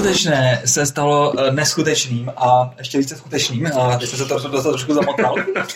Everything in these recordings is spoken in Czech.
neskutečné se stalo neskutečným a ještě více skutečným. A teď jsem se to trošku zamotal.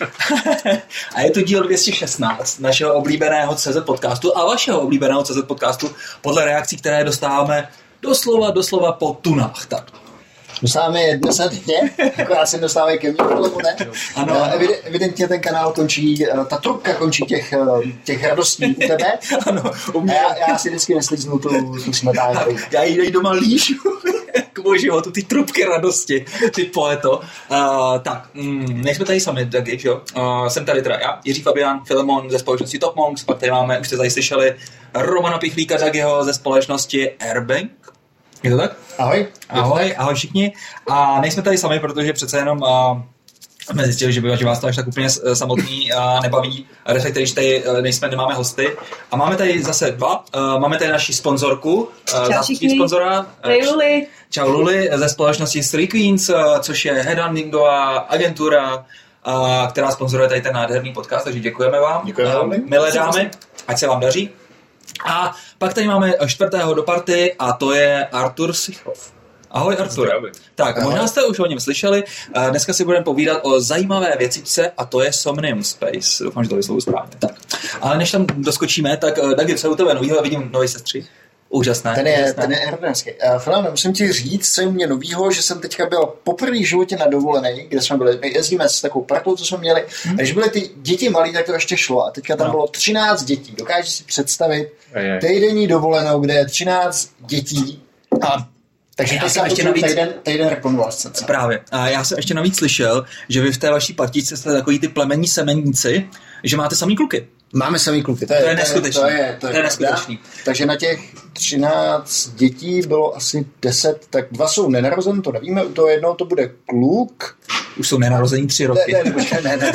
A je to díl 216 našeho oblíbeného CZ podcastu a vašeho oblíbeného CZ podcastu podle reakcí, které dostáváme doslova po tunách. Tak. Dostáváme je dnes a denně, akorát se dostávají ke mně, ne? Ano. Evidentně ten kanál končí, ta trubka končí těch radostí u tebe. Ano, já si vždycky neslíznu tu smetánku. Já jí doma líšu k můj životu, ty trubky radosti, ty poeto. Tak, nejsme tady sami, taky, jo? Jsem tady teda já, Jiří Fabián, Filemon ze společnosti Top Monks, pak tady máme, už jste tady slyšeli, Romana Pichlíka Dagiho ze společnosti Airbank. Je to tak? Ahoj. Ahoj všichni. A nejsme tady sami, protože přece jenom jsme zjistili, že vás to až tak úplně samotný nebaví. Respektive, když tady nemáme hosty. A máme tady zase dva. Máme tady naši sponzorku. Čau sponzora. Luli. Čau Luli ze společnosti Three Queens, což je headhuntingová agentura, která sponzoruje tady ten nádherný podcast, takže děkujeme vám. Děkujeme. Milé dámy, ať se vám daří. A pak tady máme čtvrtého do party a to je Artur Sichov. Ahoj Artur. Tak, ahoj. Možná jste už o něm slyšeli. Dneska si budeme povídat o zajímavé věcičce a to je Somnium Space. Doufám, že to vyslovuji správně. Tak. Ale než tam doskočíme, tak Dagi, co je u tebe novýho? Vidím nový sestřih. Úžasné. Ten je hrdenský. Filip, musím ti říct, co je mě novýho, že jsem teďka byl poprvé v životě na dovolený, kde jsme byli, my jezdíme s takovou partou, co jsme měli, a když byly ty děti malí, tak to ještě šlo a teďka tam bylo 13 dětí. Dokážeš si představit týdenní dovolenou, kde je 13 dětí a takže to jsem ještě navíc týden rekonvalescence. Právě. A já jsem ještě navíc slyšel, že vy v té vaší partičce jste takový ty plemenní semeníci, že máte samý kluky. Máme samý kluky. To je neskutečný. To je neskutečný. Takže na těch 13 dětí bylo asi 10, tak 2 jsou nenarozený, to nevíme, u toho jednoho to bude kluk. Už jsou nenarození 3 roky. Ne.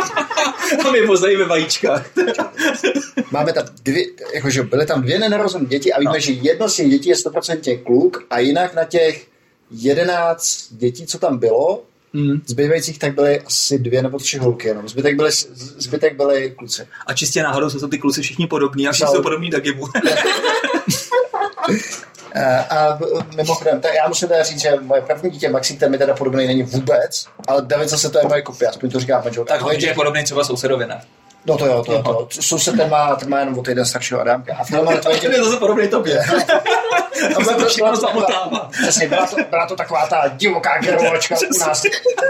A my poznají ve vajíčkách. Máme tam jakože byly tam 2 nenarozené děti a víme, že jedno z těch dětí je 100% kluk a jinak na těch 11 dětí, co tam bylo, zbývajících tak byly asi 2 nebo 3 holky jenom. Zbytek byly kluci. A čistě náhodou jsou ty kluci všichni podobní a všichni jsou podobní Dagimu. A mimochodem, já musím teda říct, že moje první dítě Maxi, ten mi teda podobný není vůbec, ale David zase to je moje kopie, aspoň to říká manžel. Tak hodně je podobný třeba sousedovi, ne? No to jo. Soused ten má jenom o týden staršího Adámka. A Filmane, to je zase podobný tobě. A byla to všechno zamotává. Přesně, byla to taková ta divoká gerlovačka u nás.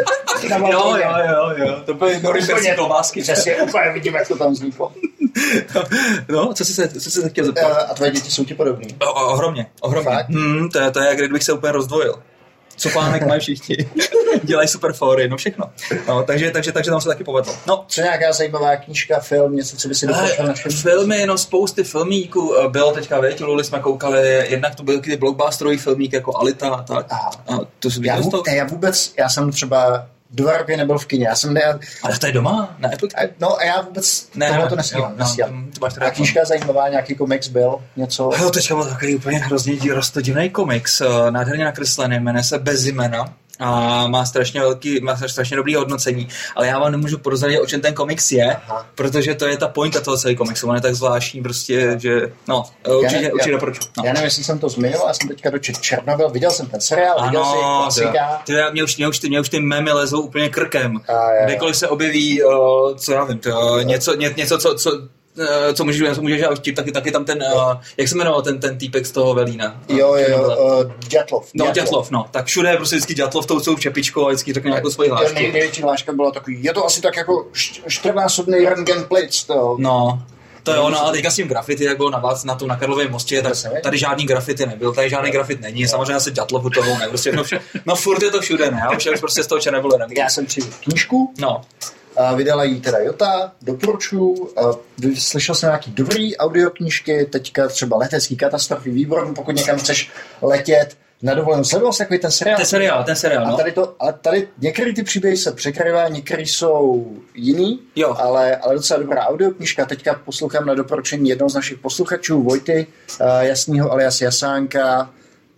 Jo. To byly norimberské klobásky. Přesně, úplně vidím, jak to tam vzniklo. No, co jsi se chtěl zeptat? A tvoje děti jsou ti podobný? Ohromně. To je, jak kdybych se úplně rozdvojil. Copánek mají všichni. Dělají super fóry, no všechno. No, takže tam se taky povedlo. No. Co nějaká zajímavá knížka, film, něco, co by si doporučil našem? Filmy, spousty filmíků. Bylo teďka, Luli jsme koukali, jednak to byly ty blockbusterový filmík jako Alita a tak. A to si já jsem třeba 2 roky nebyl v kině. Ale to je doma? Na Apple? No a já vůbec tohle to nestíhám. A knížka zajímavá, nějaký komiks byl? Něco? Teďka byl takový úplně hrozně divný komiks, nádherně nakreslený, jmenuje se Bez jména. A má strašně dobrý hodnocení, ale já vám nemůžu prozradit, o čem ten komiks je, protože to je ta pointa toho celého komiksu, on je tak zvláštní prostě, že určitě doporučuji. Já nevím, jestli jsem to zmínil, já jsem teďka dočetl Černobyl, viděl jsem ten seriál, viděl jsem klasika. Mě už ty memy lezou úplně krkem, kdekoliv se objeví, co já vím, něco, co můžeš vtip, taky tam ten, jak se jmenoval ten týpek z toho Velína? Djatlov. Djatlov, tak všude je prostě vždycky Djatlov tou celou čepičkou a vždycky řekne nějakou svoji hlášku. Největší hláška byla takový, je to asi tak jako 14násobný rentgen plic. No, to je ono, ale teďka s tím grafity, jak bylo na Karlově mostě, tak tady žádný grafity nebyl, tady žádný grafit není, samozřejmě asi Djatlov u toho ne, prostě furt je to všude, ne, už prostě z toho Černobylu nebylo. Já jsem přijel knížku. Vydala jí teda Jota, doporučuji. Slyšel jsem nějaký dobrý audioknížky, teďka třeba letecký katastrofy, výborný, pokud někam chceš letět na dovolenou. Sledoval jsi takový ten seriál? Ten seriál, no. A tady některé ty příběhy se překrývají, některé jsou jiný, ale docela dobrá audioknížka. Teďka poslouchám na doporučení jednoho z našich posluchačů, Vojty Jasnýho alias Jasánka,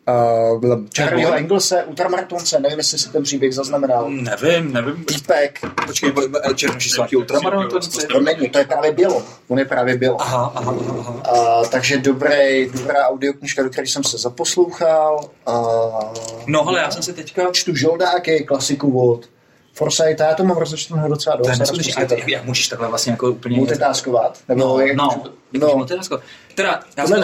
Charlieho Englese, ultramaratonce, nevím, jestli si ten příběh zaznamenal. Nevím. Týpek. Počkej, Černoši jsou nějaký ultramaratonci? To není, to je právě bylo. On je právě bylo. Aha. Takže dobrá audioknižka, do které jsem se zaposlouchal. No, ale já jsem se teďka... Čtu Žoldáky, klasiku od Forsytha, já to mám rozečteného docela dost. Jak můžeš takhle vlastně jako úplně... Multitaskovat? Multitaskovat. Teda,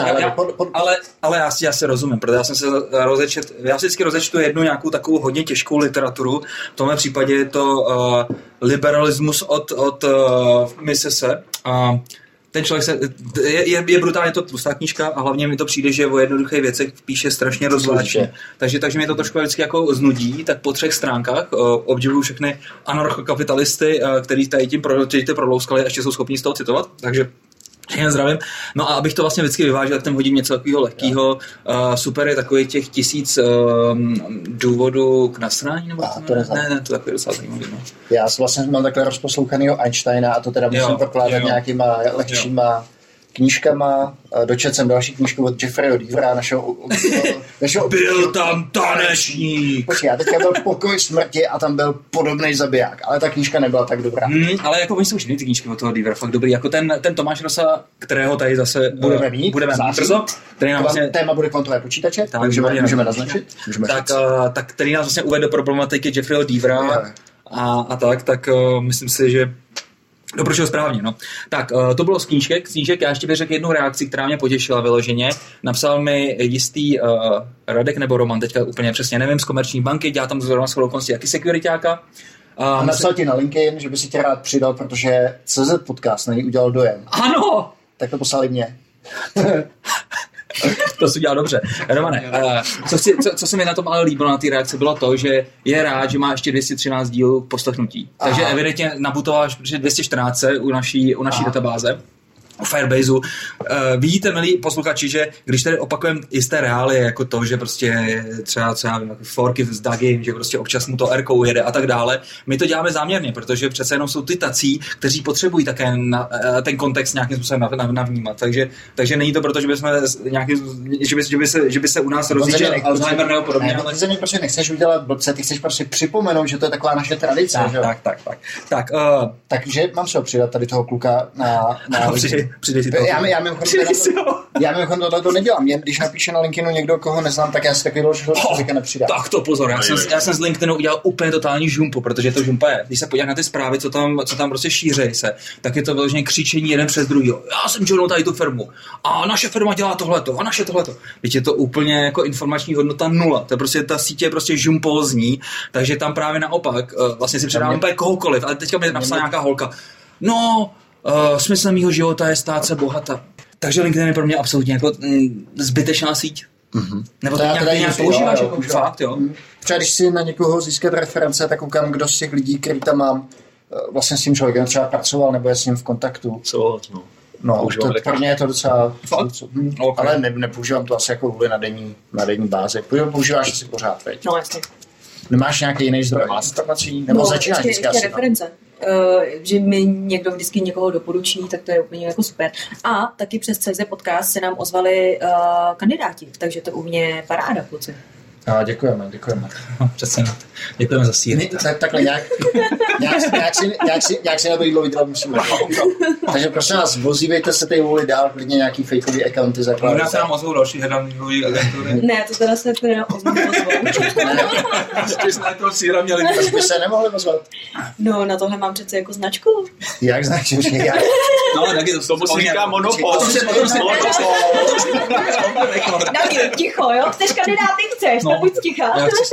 já si rozumím, protože já jsem se já si vždycky rozečtu jednu nějakou takovou hodně těžkou literaturu. V tomhle případě je to liberalismus od Misese. Ten člověk je brutálně to tlustá knížka a hlavně mi to přijde, že o jednoduchých věcech píše strašně rozvláštně. Takže mě to trošku vždycky jako znudí, tak po 3 stránkách obdivuju všechny anarchokapitalisty, kteří tady tím prolouskali a ještě jsou schopni z toho citovat, takže jen zdravím. No a abych to vlastně vždycky vyvážil, tak tam hodím něco takového lehkého. Super je takových těch 1000 důvodů k nasrání, nebo ne, to takový docela zajímavý. No. Já vlastně mám takhle rozposlouchanýho Einsteina a to teda musím prokládat nějakýma lehčíma knížkama. Dočet jsem další knížku od Jeffreyho Deavera, našeho Byl tam tanečník! Počkej, já teďka byl Pokoj smrti a tam byl podobný zabiják, ale ta knížka nebyla tak dobrá. Ale jako oni jsou všichni ty knížky od toho Deavera fakt dobrý, jako ten Tomáš Rosa, kterého tady zase budeme mít brzo. Vlastně... Téma bude kvantové počítače, tak můžeme naznačit. Tak který nás vlastně uvede do problematiky Jeffreyho Deavera tak myslím si, že doporučil správně, no. Tak, to bylo z knížek. Já ještě bych řekl jednu reakci, která mě potěšila vyloženě. Napsal mi jistý Radek nebo Roman, teďka úplně přesně nevím, z Komerční banky, dělá tam zrovna shodou okolností jaký sekuritáka. A napsal ti na LinkedIn, že by si tě rád přidal, protože CZ podcast na něj udělal dojem. Ano! Tak to poslali mě. To si udělal dobře. Romane, co se mi na tom ale líbilo na té reakci, bylo to, že je rád, že má ještě 213 dílů k poslechnutí. Takže evidentně nabutoval 214 u naší databáze. Firebaseu. Vidíte, milí posluchači, že když tady opakujeme jisté reálie, jako to, že prostě třeba forky s Dagim, že prostě občas mu to R-kou jede a tak dále, my to děláme záměrně, protože přece jenom jsou ty tací, kteří potřebují také ten kontext nějakým způsobem navnímat. Takže není to proto, že by se u nás rozjížděl Alzheimer nebo podobně. Ne, ty se mi prostě nechceš udělat blbce, ty chceš prostě připomenout, že to je taková naše tradice. Takže mám se ho přidat tady toho kluka na Přidej si to. Já mimochodem tohle to nedělám. Když napíše na LinkedInu někdo, koho neznám, tak já si takového člověka nepřidám. Tak to pozor, já jsem z LinkedInu udělal úplně totální žumpu, protože to žumpa je. Když se podíváš na ty zprávy, co tam prostě šířejí se, tak je to vyloženě křičení jeden přes druhýho. Já jsem joinul tady tu firmu a naše firma dělá tohleto a naše tohleto. Víte, je to úplně jako informační hodnota 0. To je prostě ta sítě je prostě žumpózní, takže tam právě naopak vlastně si předávám úplně kohokoliv, ale teďka mi napsala nějaká holka. No, smyslem mýho života je stát se bohatá. Takže LinkedIn je pro mě absolutně jako zbytečná síť. Mm-hmm. Nebo to nějak používáš jako fakt, jo? Třeba když si na někoho získat reference, tak koukám, kdo z těch lidí, který tam mám, vlastně s tím člověkem třeba pracoval, nebo je s ním v kontaktu. No, pro mě je to docela... Okay. Ale nepoužívám to asi jako vůli na denní bázi. Používáš asi pořád, veď? No, jasně. Nemáš nějaký jiný zdroj informací? Nebo začínáš vždycky asi reference. Že mi někdo vždycky někoho doporučí, tak to je úplně jako super. A taky přes CZ podcast se nám ozvali kandidáti, takže to u mě paráda, kluci. Děkujeme. Přesně. Děkujeme za síry. Takhle nějak si nebylo vydělat musíme. Takže prosím vás, vozívejte se tej vůli dál, klidně nějaký fejkový accounty zakládat. Možná se nám ozvou další headhuntingový agentury. Ne, to teda se neozvou. Ještě jsme toho síra měli. Až by se nemohli ozvat. No, na tohle mám přece jako značku. Jak značku? No, taky to musí říká monopol. Taky, ticho, jo? Chceš kandidáty, chceš, tak buď ticha.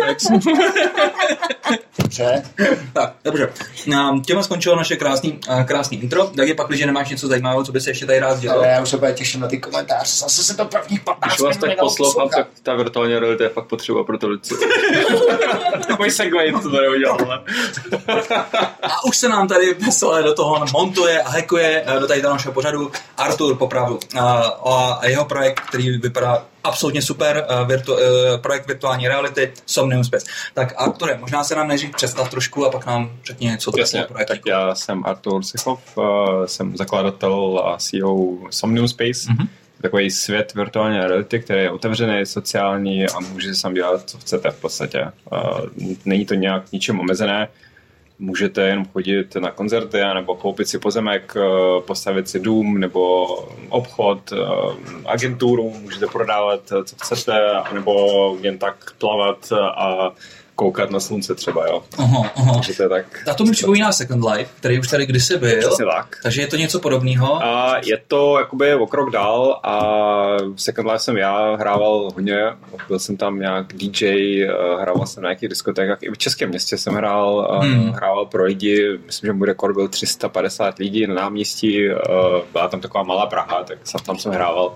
Dobře. Tak, dobře. Těma skončilo naše krásný intro, tak je pak, když nemáš něco zajímavého, co by se ještě tady rád dělal. Ale já už se bude těším na ty komentáře, zase se to prvních 15 minut tak poslouchám, tak ta virtuální realita je fakt potřeba pro to lidce. Takový segway, to tady udělal. A už se nám tady veselé do toho montuje a hackuje do tady našeho pořadu Artur Popravdu. A jeho projekt, který vypadá absolutně super, projekt virtuální reality Somnium Space. Tak Arture, možná se nám nejdřív představ trošku a pak nám řekni něco o projektu. Tak já jsem Artur Sichov, jsem zakladatel a CEO Somnium Space. Mm-hmm. takový svět virtuální reality, který je otevřený, sociální a může si sám dělat, co chcete v podstatě. Není to nějak ničem omezené. Můžete jenom chodit na koncerty, nebo koupit si pozemek, postavit si dům, nebo obchod, agenturu, můžete prodávat, co chcete, nebo jen tak plavat a koukat na slunce třeba, jo. Aha. Takže to je tak. A to mi připomíná Second Life, který už tady kdysi byl. Přesně tak. Takže je to něco podobného. A je to jakoby o krok dál a Second Life jsem já hrával hodně. Byl jsem tam nějak DJ, hrával jsem na nějakých diskotékách. I v Českém městě jsem hrával pro lidi. Myslím, že můj rekord byl 350 lidí na náměstí. Byla tam taková malá Praha, tak tam jsem hrával.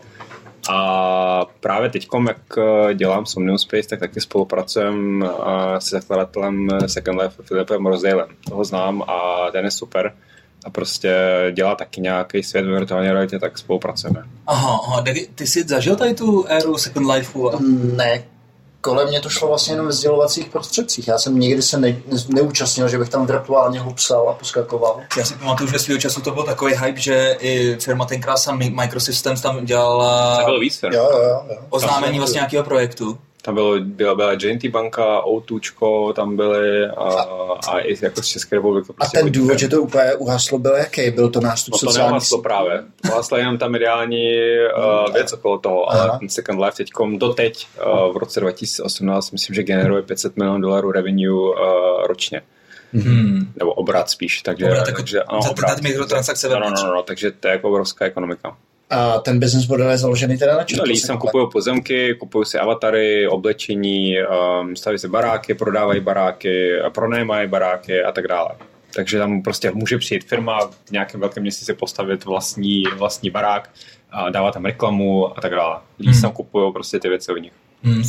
A právě teďkom, jak dělám Somnium Space, tak taky spolupracujeme s zakladatelem Second Life Filipem Rozdejlem. Toho znám a ten je super. A prostě dělá taky nějaký svět ve virtuální realitě, tak spolupracujeme. Aha. Ty jsi zažil tady tu éru Second Lifeu? Ne. Kolem mě to šlo vlastně jenom ve sdělovacích prostředcích. Já jsem nikdy se neúčastnil, že bych tam virtuálně hopsal a poskakoval. Já si pamatuju, že svýho času to byl takový hype, že i firma tenkrát Microsystems tam dělala To bylo víc firm. Jo. oznámení vlastně nějakého projektu. Tam byla JNT banka, O2čko, tam byly a i jako z České republiky. A ten důvod, že to úplně uhaslo, byl jaký? Byl to nástup to sociálních neuhaslo právě. Uhasla jenom ta mediální věc okolo toho, ale ten Second Life teďkom doteď v roce 2018 myslím, že generuje $500 milionů revenue ročně. Nebo obrat spíš. Takže za ty mikrotransakce. No, takže to je jako obrovská ekonomika. A ten business model je založený teda na čem? Lidi tam kupují pozemky, kupují si avatary, oblečení, staví si baráky, prodávají baráky, pronajímají baráky a tak dále. Takže tam prostě může přijít firma v nějakém velkém městě si postavit vlastní barák, a dávat tam reklamu a tak dále. Lidi tam kupují prostě ty věci od nich.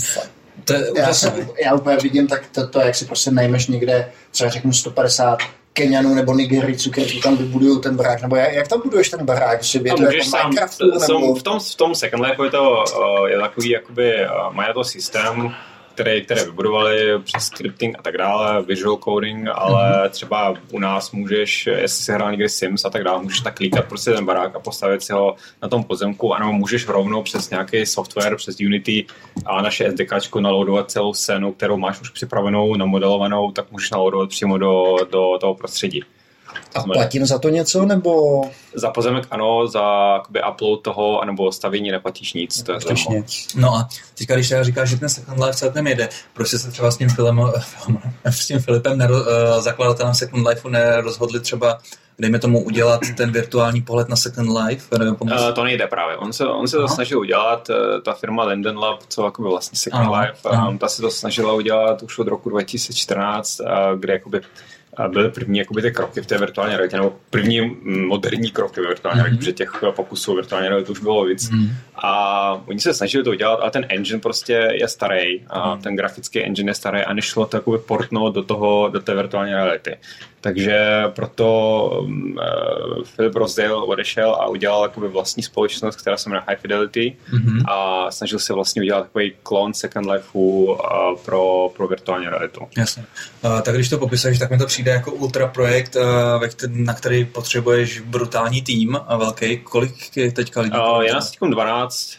Já úplně vidím tak to, jak si prostě najmeš někde, třeba řeknu 150 Keňanů nebo Nigerijců, kteří tam vybudují ten barák, nebo jak tam buduješ ten barák? Je to jako Minecraftu? Nebo... V tom Second Life je takový, jakoby, mají to systém, které vybudovali přes scripting a tak dále, visual coding, ale třeba u nás můžeš, jestli jsi hrál někdy Sims a tak dále, můžeš tak klíkat prostě ten barák a postavit si ho na tom pozemku, anebo můžeš rovnou přes nějaký software, přes Unity a naše SDKčko naloadovat celou scénu, kterou máš už připravenou, namodelovanou, tak můžeš naloadovat přímo do toho prostředí. A platím za to něco, nebo... Za pozemek ano, za jakoby, upload toho, anebo stavění neplatíš nic. To je no a teďka, když říkáš, že ten Second Life celkem jede, proč se třeba s tím Filipem, zakladatelem Second Lifeu, nerozhodli třeba, dejme tomu, udělat ten virtuální pohled na Second Life? To nejde právě. On se to snažil udělat, ta firma Linden Lab, co jakoby vlastně Second Life, ta se to snažila udělat už od roku 2014, kde jakoby byly první jakoby, ty kroky v té virtuální realitě, nebo první moderní kroky ve virtuální realitě, protože těch pokusů virtuální reality už bylo víc. A oni se snažili to udělat, ale ten engine prostě je starý, a ten grafický engine je starý a nešlo to jakoby portnout do té virtuální reality. Takže proto Philip Rosedale odešel a udělal jakoby vlastní společnost, která se jmenuje High Fidelity a snažil se vlastně udělat takový klon Second Lifeu pro virtuální realitu. Jasně. Tak když to popisuješ, tak mi to přijde jako ultra projekt, na který potřebuješ brutální tým a velký. Kolik je teďka lidí? Je nás teď 12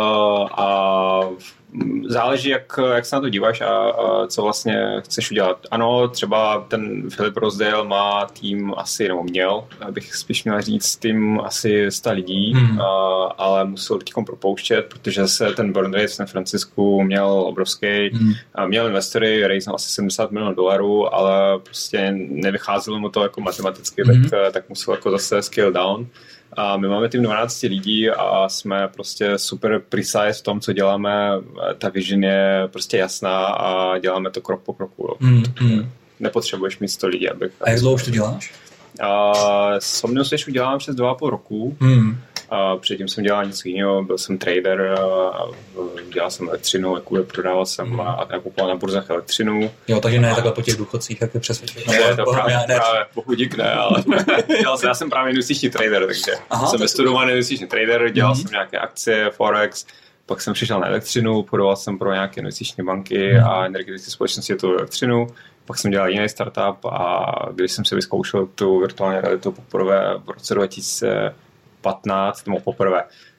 a záleží, jak se na to díváš a co vlastně chceš udělat. Ano, třeba ten Philip Rosedale má tým asi, nebo měl, bych spíš měl říct, tým asi 100 lidí, ale musel teďkom propouštět, protože se ten burn rate v San Francisku měl obrovský. Měl investory, raisnul asi $70 milionů, ale prostě nevycházelo mu to jako matematicky, tak musel jako zase scale down. A my máme tým 12 lidí a jsme prostě super precise v tom, co děláme. Ta vision je prostě jasná a děláme to krok po kroku. Nepotřebuješ mít 100 lidí. A jak dlouho už to děláš? Somnium Space udělám přes 2,5 roku. Předtím jsem dělal něco jiného, byl jsem trader, dělal jsem elektřinu, prodával jsem a nakupoval na burzách elektřinu. Jo, takže ne takhle po těch důchodcích, jak je přesvědčit. Ne, to právě bohu dík ne, ale já jsem právě investiční trader, takže jsem vystudovaný investiční trader, dělal jsem nějaké akcie, forex, pak jsem přišel na elektřinu, podoval jsem pro nějaké investiční banky a energetické společnosti tu elektřinu. Pak jsem dělal jiný startup a když jsem si vyzkoušel tu virtuální realitu poprvé v roce 2015, nebo poprvé,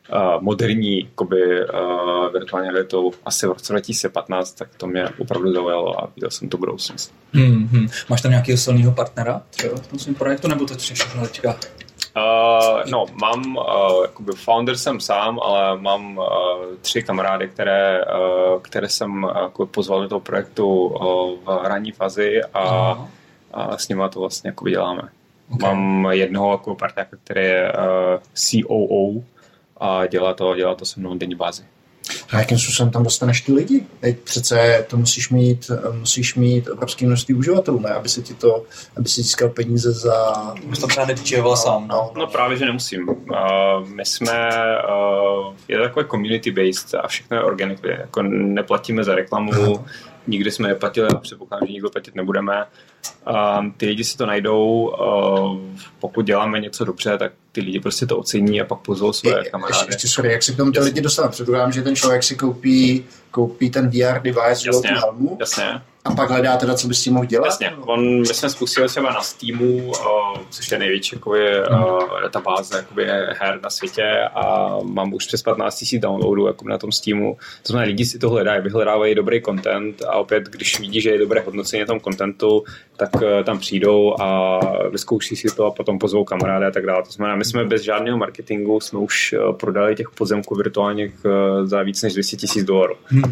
moderní jakoby, virtuální realitou asi v roce 2015, tak to mě opravdu zaujalo a viděl jsem tu budoucnost. Máš tam nějakého silného partnera třeba v tom svém projektu, nebo to všechno teďka? No, mám, jakoby founder jsem sám, ale mám 3 kamarády, které jsem pozval do toho projektu v ranní fázi a s nimi to vlastně jakoby děláme. Okay. Mám jednoho jako parťáka, který je COO a dělá to se mnou denní bázi. A jakým způsobem tam dostaneš ty lidi? Teď přece to musíš mít obrovské množství uživatelů, ne? Aby si získal peníze za... Už to třeba nedíčeval sám, no. No právě, že nemusím. My jsme, je to takové community-based a všechno je organically. Jako neplatíme za reklamu, nikdy jsme neplatili a předpokládám, že nikdo platit nebudeme. Ty lidi si to najdou, pokud děláme něco dobře, tak ty lidi prostě to ocení a pak pozvou své kamarády. Ještě sorry, jak si k tomu ty lidi dostanou? Předpokládám, že ten člověk si koupí ten VR device, velkou helmu. Jasně. A pak hledá teda, co by s tím mohl dělat? Jasně. My jsme spustili třeba na Steamu, což je největší databáze her na světě a mám už přes 15 000 downloadů na tom Steamu. To znamená, lidi si to hledají, vyhledávají dobrý content a opět, když vidí, že je dobré hodnocení na tom contentu, tak tam přijdou a vyzkouší si to a potom pozvou kamarády a tak dále. To znamená, my jsme bez žádného marketingu jsme už prodali těch pozemků virtuálních za víc než $200,000.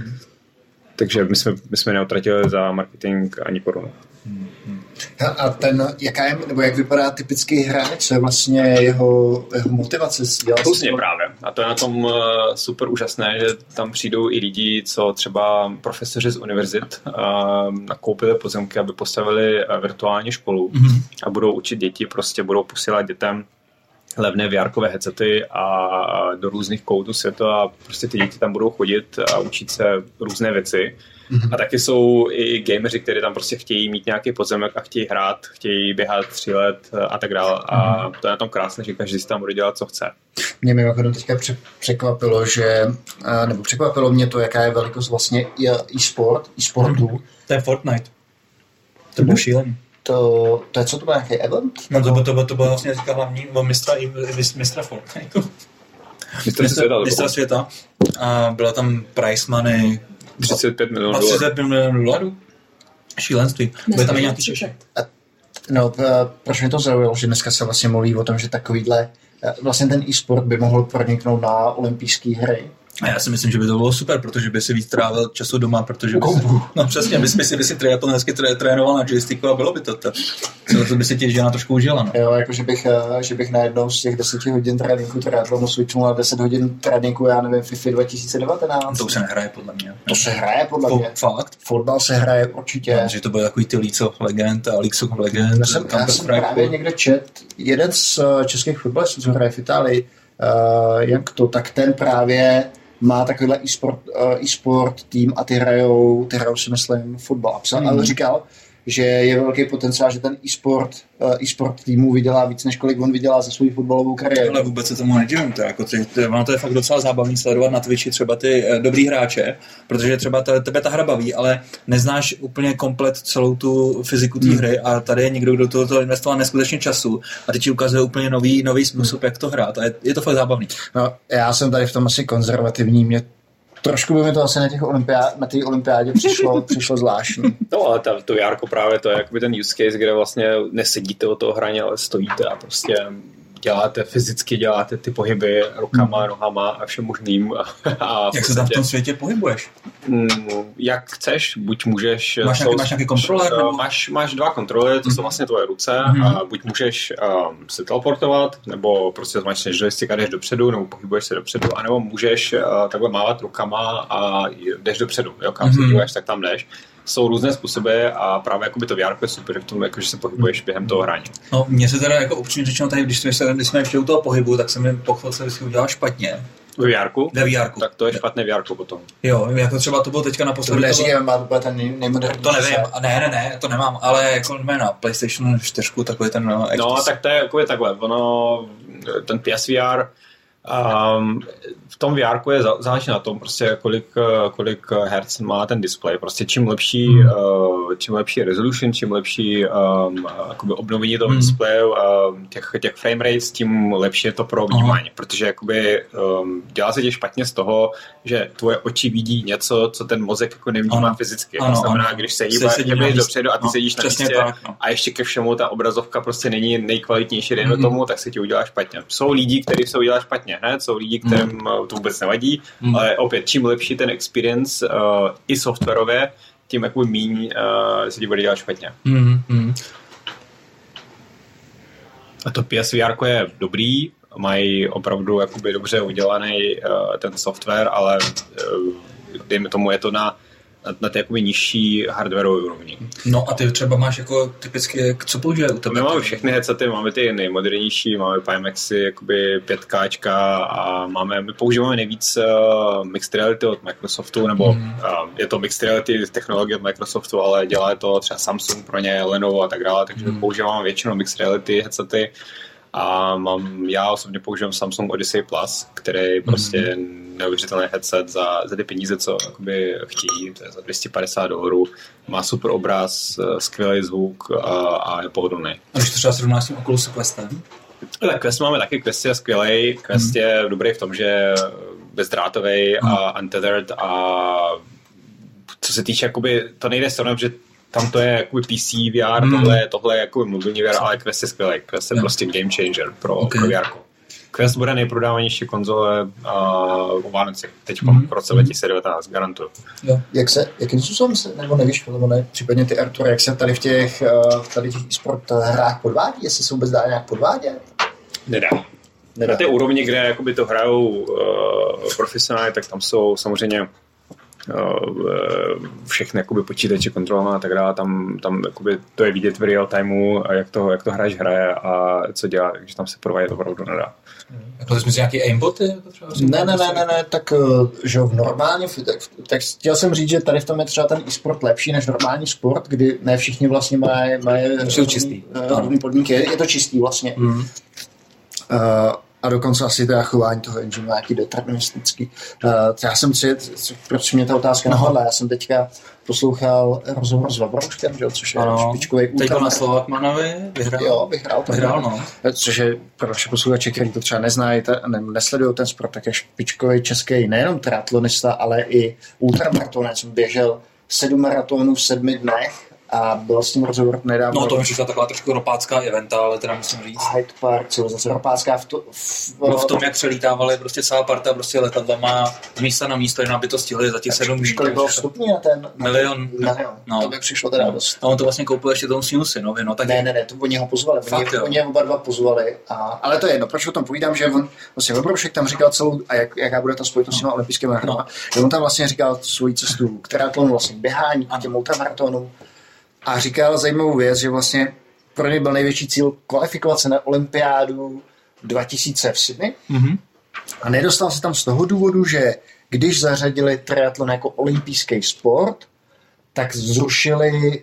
Takže my jsme neutratili za marketing ani korunu. A jak vypadá typický hráč, co je vlastně jeho motivace? Různě právě. A to je na tom super úžasné, že tam přijdou i lidi, co třeba profesoři z univerzit nakoupili pozemky, aby postavili virtuální školu a budou učit děti, prostě budou posílat dětem levné VR-kové headsety a do různých koutů světa a prostě ty děti tam budou chodit a učit se různé věci. A taky jsou i gameři, kteří tam prostě chtějí mít nějaký pozemek a chtějí hrát, chtějí běhat 3 let a tak dále. A to je na tom krásné, že každý si tam bude dělat, co chce. Mě mimochodem teďka překvapilo mě to, jaká je velikost vlastně e-sportu. To je Fortnite. To bylo šílený. To je co, to byl nějaký event? No to bylo vlastně teďka hlavní mistra Fortnite. Mistra světa. A byla tam prize money 35 milionů $35 Šílenství. Byly tam i nějaký Češi. No, proč mě to zaujalo, že dneska se vlastně mluví o tom, že takovýhle vlastně ten e-sport by mohl proniknout na olympijské hry. A já si myslím, že by to bylo super, protože by si víc trávil času doma, protože by si triatlon hezky trénoval na joysticku a bylo by to. To by si ti žena trošku užila. No. Jo, jako že bych najednou z těch 10 hodin tréninku triatlonu switchnul na 10 hodin tréninku, já nevím, FIFA 2019. To už se nehraje podle mě. To se hraje podle mě. Fakt? Fotbal se hraje určitě. Že to byl takový ty League of Legends a League of Legends. Já jsem právě někde čet, jeden z českých fotbalistů, co hraje v Itálii, jak to, tak ten právě má takovýhle e-sport tým a ty hrajou si myslím fotbal. Ale říkal, že je velký potenciál, že ten e-sport týmu vydělá víc, než kolik on vydělá za svou fotbalovou kariéru. Ale vůbec se tomu nedivím. To je fakt docela zábavný sledovat na Twitchi třeba ty dobrý hráče, protože třeba tebe ta hra baví, ale neznáš úplně komplet celou tu fyziku té hry a tady je někdo, kdo toho investoval neskutečně času a teď ti ukazuje úplně nový způsob, jak to hrát. A je to fakt zábavný. No, já jsem tady v tom asi konzervativní. Trošku by mi to asi na té olympiádě přišlo zvláštní. No ale to VR právě to je jakoby ten use case, kde vlastně nesedíte od toho hraně, ale stojíte a prostě děláte ty pohyby rukama, nohama a všem možným. Jak se tam v tom světě pohybuješ? Jak chceš, buď můžeš... Máš nějaký kontroler? Máš 2 kontrolery, to jsou vlastně tvoje ruce. A buď můžeš se teleportovat, nebo prostě zmáčneš joystick a jdeš dopředu, nebo pohybuješ se dopředu, anebo můžeš takhle mávat rukama a jdeš dopředu. Jo, kam se díváš, tak tam jdeš. Jsou různé způsoby a právě jakoby to VR je super v tom, jako, že se pohybuješ během toho hraní. No, mně se teda jako upřímně řečeno tady, když jsme ještě u toho pohybu, tak jsem mi pochval, že si udělal špatně. Ve VRku? Ve VRku. Tak to je špatné VRku potom. Jo, jako třeba to bylo teďka naposledy. To neříkám, má úplně ten nejmodernější. To nevím, ne, to nemám, ale jako na PlayStation 4 takový ten... No, tak to je jako takhle, ten PSVR V tom VR je záleží na tom, prostě kolik hertz má ten displej. Prostě čím lepší resolution, čím lepší jakoby obnovení toho displeje, těch frame rates, tím lepší je to pro vnímání. Protože jakoby, dělá se tě špatně z toho, že tvoje oči vidí něco, co ten mozek jako nevnímá fyzicky. To znamená, když se hýbeš dopředu a ty sedíš na místě a ještě ke všemu ta obrazovka prostě není nejkvalitnější, dejme tomu, tak se ti udělá špatně. Jsou lidi, kteří se udělá špatně hned, jsou lidi, kterým to vůbec nevadí, ale opět, čím lepší ten experience i softwarově, tím jakoby míň se ti bude dělat špatně. A to PSVR je dobrý, mají opravdu jakoby dobře udělaný ten software, ale dejme tomu, je to na té jakoby nižší hardwareové úrovni. No a ty třeba máš jako typicky, co použije u tebe? My máme všechny headsety, máme ty nejmodernější, máme Pimaxy, jakoby 5K a my používáme nejvíc Mixed Reality od Microsoftu, nebo je to Mixed Reality technologie od Microsoftu, ale dělá to třeba Samsung pro ně, Lenovo a tak dále, takže používáme většinou Mixed Reality headsety a já osobně používám Samsung Odyssey Plus, který prostě neuvěřitelný headset za ty peníze, co jakoby chtějí, to je za $250, má super obraz, skvělý zvuk a je pohodlný. A když to třeba srovnáš s tím Oculus Questem? Tak Quest máme taky, Quest je skvělej, Quest je dobrý v tom, že je bezdrátovej a untethered a co se týče, jakoby, to nejde srovnat, že tam to je jakoby PC VR, tohle je jakoby mobilní VR, ale Quest je skvělej, Quest je prostě game changer pro VR. Quest bude nejprodávanější konzole o Vánocích, teď v roce 2019, garantuju. Jakým způsobem se, nebo nevíš, nebo ne, případně ty Artur, jak se tady v těch e-sport hrách podvádí, jestli se vůbec dá nějak podvádět? Nedá. Na té úrovni, kde jakoby to hrajou profesionálně, tak tam jsou samozřejmě všechny jakoby počítače kontrolované a tak dále, tam jakoby to je vidět v real timeu, jak to hráč hraje a co dělá, takže tam se provádět opravdu nedá. Jako to smysl nějaký aimboty? Ne, tak že normálně, tak chtěl jsem říct, že tady v tom je třeba ten e-sport lepší než normální sport, kdy ne všichni vlastně mají čistý rovný podmínky, je to čistý vlastně. A dokonce asi to chování toho engineu nějaký deterministický. Já jsem proč mě ta otázka napadla, já jsem teďka poslouchal rozhovor s Vabrouškem, což je špičkový ultra. Teď na Slovakmanovi vyhrál. Jo, vyhrál. Což je pro naše posluchače, kteří to třeba neznají, nesledují ten sport, tak je špičkový český nejenom triatlonista, ale i ultramaratonec. Běžel 7 maratonů v 7 dnech. A byl s tím rozhovor nedávno. No to mi přišla taková trošku ropácká eventa, ale teda musím říct. Hyde Park, co zase ropácká v tom, jak přelítávali prostě celá parta prostě letadlama z místa na místo, jenom aby to stihli za těch 7 dní. Kolik bylo vstupní na ten? Milion. No. To by přišlo teda dost. A on to vlastně koupil ještě tomu svýmu synovi, no tak. Ne, to oni ho pozvali. Oni oba dva pozvali. Ale to je jedno, proč o tom povídám, že on vlastně Vobroušek tam říkal celou, a jaká bude ta spojitost s těma olympijskými hrama. On tam vlastně říkal svoji cestu k triatlonu, vlastně běhání a těm ultramaratonům. A říkal zajímavou věc, že vlastně pro něj byl největší cíl kvalifikovat se na olympiádu 2000 v Sydney. A nedostal se tam z toho důvodu, že když zařadili triatlon jako olympijský sport, tak zrušili,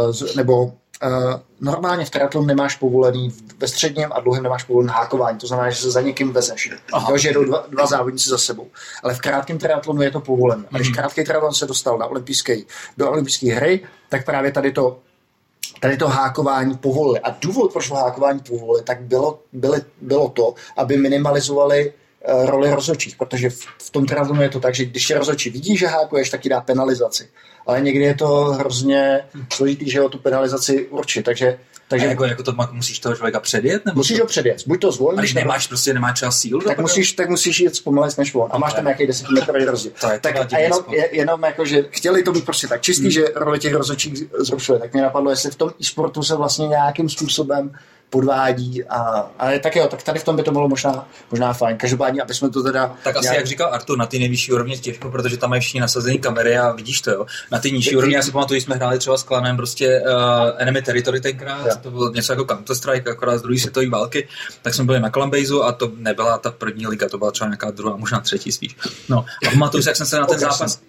normálně v triatlonu nemáš povolený, ve středním a dlouhém nemáš povolený hákování, to znamená, že se za někým vezeš. Že jedou dva závodníci za sebou. Ale v krátkém triatlonu je to povolené. A když krátký triatlon se dostal do olympijské hry, tak právě tady to hákování povolili. A důvod, proč to hákování povolili, tak bylo to, aby minimalizovali roli rozhodčích, protože v tom triatlonu je to tak, že když tě rozhodčí vidí, že hákuješ, tak ti dá penalizaci. Ale někdy je to hrozně složitý, že o tu penalizaci určit, takže jako to musíš toho člověka předjet? Nebo musíš ho předjet, buď to zvolníš. A když nemáš třeba sílu? Tak musíš jít zpomalit než on. A máš tam nějaký 10 metrový rozdíl. Jenom jako, že chtěli to být prostě tak čistý, že roli těch rozhodčích zrušili. Tak mě napadlo, jestli v tom e-sportu se vlastně nějakým způsobem podvádí ale tak jo, tak tady v tom by to bylo možná fajn. Každopádně, aby jsme to teda... Tak asi jak říkal Artur, na ty nejvyšší úrovni těžko, protože tam mají všichni nasazený kamery a vidíš to, jo. Na ty nižší úrovni, já si pamatuju, jsme hráli třeba s klanem prostě Enemy Territory tenkrát, to bylo něco jako Counter-Strike, akorát z druhé světové války, tak jsme byli na Clanbaseu a to nebyla ta první liga, to byla třeba nějaká druhá, možná třetí spíš. No, a pamatuju si, jak jsem se na ten zápas...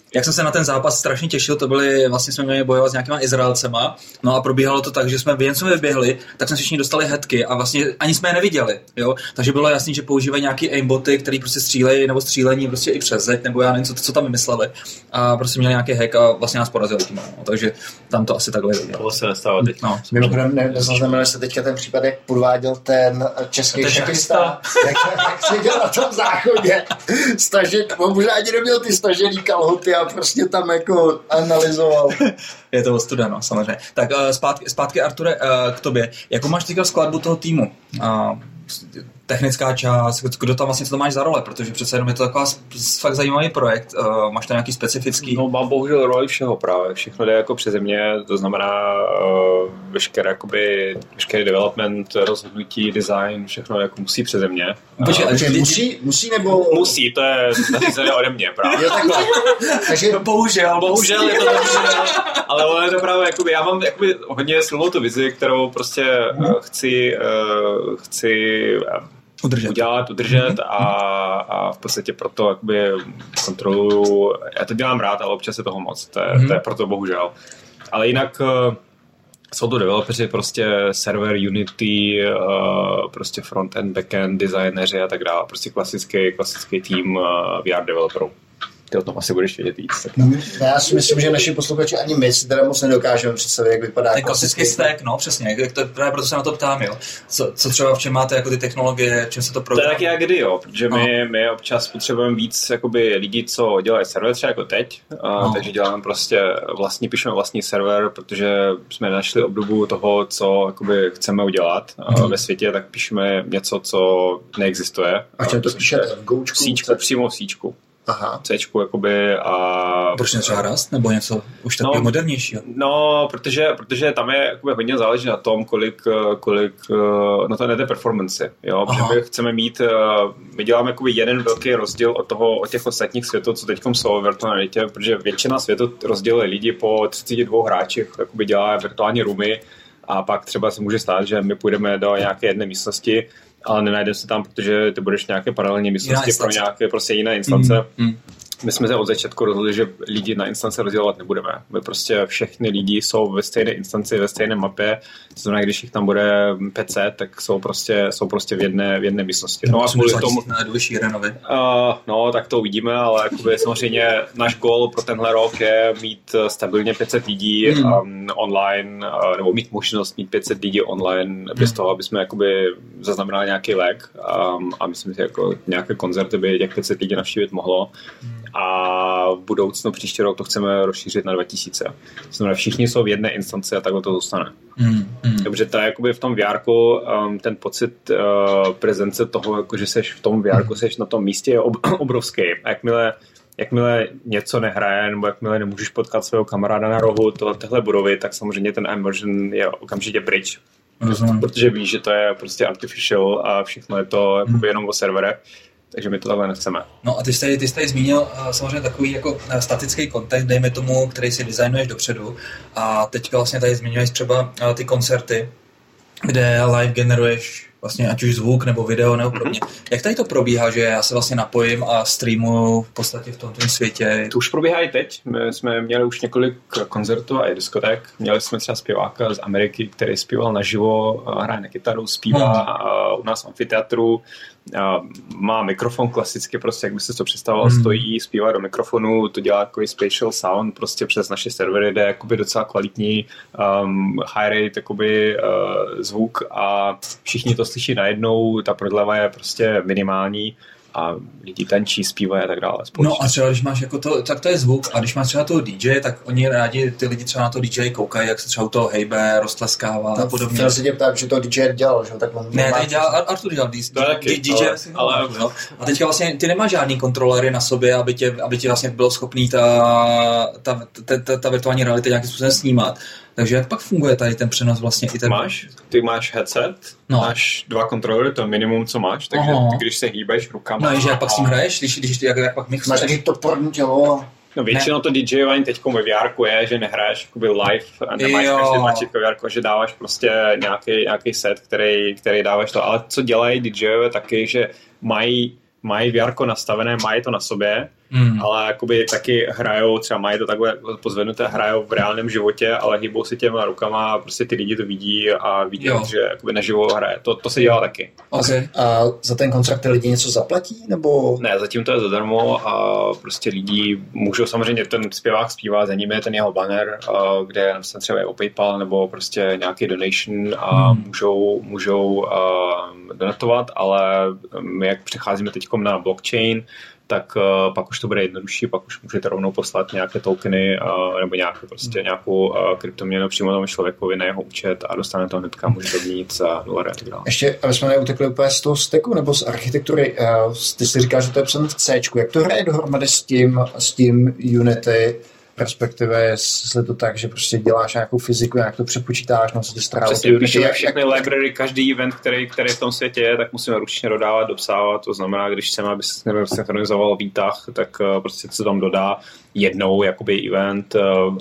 jak jsem se na ten zápas strašně těšil, to byly, vlastně jsme měli bojovat s nějakýma Izraelcema, no a probíhalo to tak, že jsme jen jsme vyběhli, tak jsme si všichni dostali headky a vlastně ani jsme je neviděli, jo, takže bylo jasný, že používají nějaký aimboty, který prostě střílejí nebo střílení prostě i přes zeď, nebo já nevím, co tam vymysleli a prostě měli nějaký hack a vlastně nás porazili tím, no, takže tam to asi takhle viděl. To se nestává teď. No. Mimochodem nezaznamenali se teďka ten případ, jak podváděl ten český šachista, jak seděl na tom záchodě, možná ani neměl ty stažený kalhoty a prostě tam jako analyzoval. Je to ostuda, no, samozřejmě. Tak zpátky Arture, k tobě. Jakou máš teďka skladbu toho týmu? Technická část, kdo tam vlastně, co to máš za role, protože přece jenom je to taková fakt zajímavý projekt, máš tam nějaký specifický? No mám bohužel roli všeho právě, všechno jde jako přeze mě, to znamená veškerý development, rozhodnutí, design, všechno jako musí přeze mě. Musí nebo... Musí, to je nařízené ode mě právě. Jo, takhle. Takže bohužel je to tak, ale ono je to právě, jakoby, já mám jakoby hodně silnou tu vizi, kterou prostě chci udržet a v podstatě proto jakoby kontroluju, já to dělám rád, ale občas je toho moc, to je proto bohužel. Ale jinak jsou to developeři, prostě server, Unity, prostě frontend, backend, designéři a tak dále, prostě klasický tým VR developerů. Ty o tom asi budeš vědět víc. Tak. Já si myslím, že naši posluchači ani my si teda moc nedokážeme představit, jak vypadá ten klasický stack, no přesně, právě proto se na to ptám, jo. Co třeba v čem máte jako ty technologie, v čem se to programuje? To je taky jak kdy, jo, protože my občas potřebujeme víc jakoby lidí, co dělají server, třeba jako teď, takže děláme prostě píšeme vlastní server, protože jsme našli obdobu toho, co jakoby chceme udělat ve světě, tak píšeme něco, co neexistuje. A čem to píšete? V Goučku? Přímo v Cčku. Aha. Cčku jakoby a... Proč třeba Rust? Nebo něco už takového modernějšího? No, protože tam je jakoby hodně záleží na tom, kolik no to nejde performance, jo, protože my chceme mít, my děláme jakoby jeden velký rozdíl od těch ostatních světů, co teďkom jsou v virtualitě, protože většina světů rozděluje lidi po 32 hráčích, jakoby dělá virtuální roomy a pak třeba se může stát, že my půjdeme do nějaké jedné místnosti, ale nenajdeme se tam, protože ty budeš nějaké paralelní místnosti pro nějaké prostě jiné instance. My jsme se od začátku rozhodli, že lidi na instance rozdělovat nebudeme. My prostě všechny lidi jsou ve stejné instanci, ve stejné mapě. To znamená, když jich tam bude 500, tak jsou prostě v jedné místnosti. No a kvůli tomu no, tak to uvidíme, ale jakoby, samozřejmě náš goal pro tenhle rok je mít stabilně 500 lidí online, nebo mít možnost mít 500 lidí online bez toho, aby jsme jakoby zaznamenali nějaký lag a myslím, že jako nějaké koncerty by těch 500 lidí navštívit mohlo. A v budoucnu příští rok to chceme rozšířit na 2000. To znamená, všichni jsou v jedné instanci a takhle to zůstane. Takže to je jakoby v tom VR-ku ten pocit prezence toho, jako, že seš v tom VR-ku, seš na tom místě je obrovský. A jakmile něco nehraje, nebo jakmile nemůžeš potkat svého kamaráda na rohu téhle budovy, tak samozřejmě ten immersion je okamžitě pryč. Protože víš, že to je prostě artificial a všechno je to jakoby jenom o serverech. Takže my to takhle nechceme. No a ty jsi tady zmínil samozřejmě takový jako statický kontext, dejme tomu, který si designuješ dopředu a teďka vlastně tady zmiňuješ třeba ty koncerty, kde live generuješ vlastně ať už zvuk nebo video nebo podobně. Jak tady to probíhá, že já se vlastně napojím a streamuju v podstatě v tomto světě? To už probíhá i teď. My jsme měli už několik koncertů a i diskoték. Měli jsme třeba zpěváka z Ameriky, který zpíval naživo, hraje na kytaru, zpívá u nás v amfiteatru. Má mikrofon klasicky, prostě jak by se to představoval, stojí, zpívá do mikrofonu, to dělá takový spatial sound prostě přes naše servery, jde jakoby docela kvalitní high rate jakoby, zvuk a všichni to slyší najednou, ta prodleva je prostě minimální a lidi tančí, zpívají a tak dále. Společně. No a třeba když máš jako to, tak to je zvuk a když máš třeba toho DJ, tak oni rádi, ty lidi třeba na to DJ koukají, jak se třeba u toho hejbe, roztleskává a podobně. Chtěl se tě ptát, že to DJ dělal, že? Tak on ne, tady dělal, Artur dělal DJ, ale a teďka vlastně ty nemáš žádný kontrolery na sobě, aby tě vlastně bylo schopný ta virtuální realita nějakým způsobem snímat. Takže jak pak funguje tady ten přenos vlastně i ten... Ty máš headset, máš 2 kontrolery, to je minimum, co máš, takže ty, když se hýbeš rukama... No, že jak pak s tím hraješ, když jak pak mixuješ? Máš taky to porn tělo... No většinou to DJování teďko ve VR je, že nehraješ jakoby live a nemáš každý tlačítko VR, že dáváš prostě nějaký set, který dáváš to. Ale co dělají DJové taky, že mají VR nastavené, mají to na sobě ale jakoby taky hrajou, třeba mají to takhle pozvednuté, hrajou v reálném životě, ale hýbou si těma rukama a prostě ty lidi to vidí a vidí, že jakoby naživo hraje. To se dělá taky. Okay. A za ten kontrakt ty lidi něco zaplatí? Nebo? Ne, zatím to je zadarmo a prostě lidi můžou, samozřejmě ten zpěvák zpívá, za ním je ten jeho banner, kde se třeba je o PayPal nebo prostě nějaký donation a můžou donatovat, ale my jak přecházíme teďkom na blockchain, tak pak už to bude jednodušší, pak už můžete rovnou poslat nějaké tokeny nebo nějakou kryptoměnu přímo tomu člověkovi na jeho účet a dostane to hnedka, může to měnit za dolary a tak dále. Ještě, aby jsme neutekli úplně z toho stacku nebo z architektury, ty si říkáš, že to je psané v C-čku. Jak to hraje dohromady s tím Unity, respektive jestli to tak, že prostě děláš nějakou fyziku, nějak to přepočítáš, no co ti stará. Přesně, píšeme všechny library, každý event, který v tom světě je, tak musíme ručně dodávat, dopsávat, to znamená, když chceme, aby se synchronizoval výtah, tak prostě se tam dodá jednou jakoby event,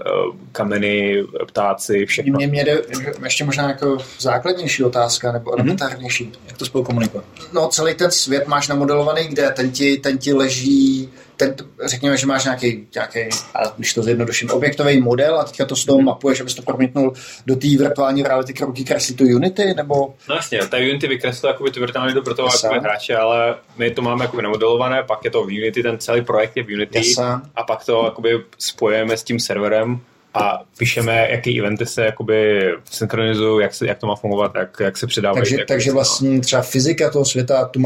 kameny, ptáci, všechno. Mě jde ještě možná jako základnější otázka, nebo elementárnější. Jak to spolu komunikuje? No, celý ten svět máš namodelovaný, kde ten ti leží, řekněme, že máš nějaký, když to zjednoduším, objektový model a teďka to z toho mapuješ, abys to promítnul do té virtuální reality, kterou ti kreslí to Unity, nebo? No jasně, ta Unity vykreslila jakoby tu virtuální do pro toho hráče, ale my to máme jakoby namodelované, pak je to v Unity, ten celý projekt je v Unity a pak to jakoby spojujeme s tím serverem a píšeme, jaký eventy se jakoby synchronizují, jak to má fungovat, jak se předávají. Takže vlastně třeba fyzika toho světa, tu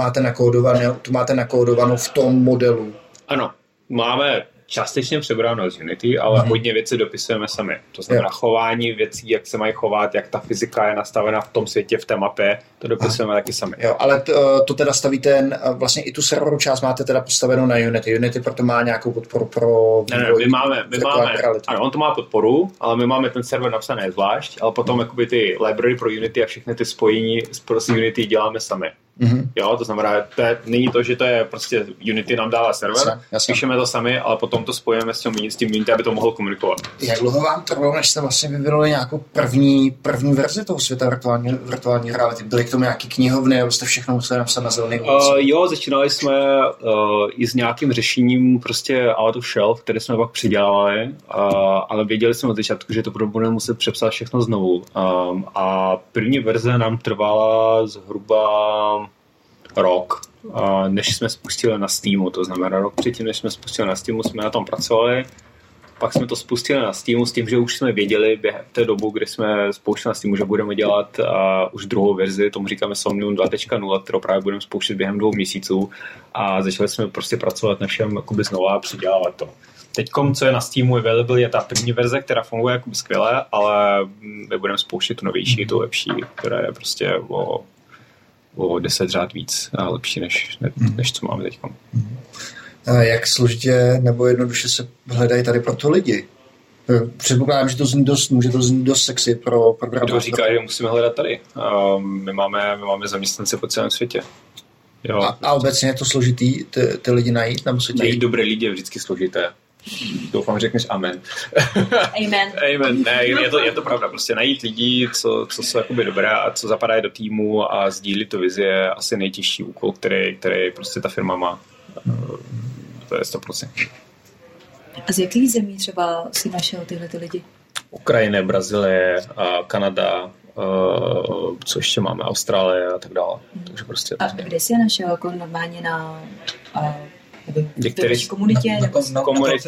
máte nakódovanou v tom modelu. Ano, máme částečně přebráno z Unity, ale hodně věcí dopisujeme sami. To znamená chování věcí, jak se mají chovat, jak ta fyzika je nastavena v tom světě, v té mapě, to dopisujeme taky sami. Jo, ale to teda stavíte, vlastně i tu serverovou část máte teda postavenou na Unity. Unity proto má nějakou podporu pro vývoj. My máme, ano, on to má podporu, ale my máme ten server napsaný zvlášť, ale potom jakoby ty library pro Unity a všechny ty spojení s Unity děláme sami. Jo, to znamená, není to, že to je prostě Unity nám dává server, píšeme to sami, ale potom to spojíme s tím Unity, aby to mohlo komunikovat. Jak dlouho vám trvalo, než jste vlastně vyvinuli nějakou první verzi toho světa virtuální reality? Byly k tomu nějaký knihovny, nebo jste všechno museli napsat na zelený Jo, začínali jsme i s nějakým řešením prostě out of shelf, které jsme pak přidělali, ale věděli jsme od začátku, že to budeme muset přepsat všechno znovu. A první verze nám trvala zhruba rok, než jsme spustili na Steamu. To znamená, rok předtím, než jsme spustili na Steamu, jsme na tom pracovali. Pak jsme to spustili na Steamu s tím, že už jsme věděli během té dobu, kdy jsme spouštěli na Steamu, že budeme dělat už druhou verzi, tomu říkáme Somnium 2.0, kterou právě budeme spouštět během 2 měsíců a začali jsme prostě pracovat na všem jakoby znova a přidělávat to. Teďkom, co je na Steamu available, je ta první verze, která funguje jakoby skvěle, ale my budeme spouštět tu novější, tu lepší, která je prostě o 10 řád víc a lepší, než co máme teďkom. Jak složitě nebo jednoduše se hledají tady pro to lidi? Předpokládám, že to může to znít dost sexy pro Kdo říká, že musíme hledat tady? My máme zaměstnance po celém světě. Jo. A obecně je to složitý ty lidi najít? Najít dobré lidi je vždycky složité. Doufám, řekneš amen. Amen. Amen. Ne, je to pravda. Prostě najít lidi, co jsou jakoby dobré a co zapadají do týmu a sdílí to vizi je asi nejtěžší úkol, který prostě ta firma má. To je 100%. A z jakých zemí třeba si našel tyhle lidi? Ukrajina, Brazílie, Kanada, co ještě máme, Austrálie a tak dále. Takže prostě a kde jsi je našel? Jako normálně na komunitě? Na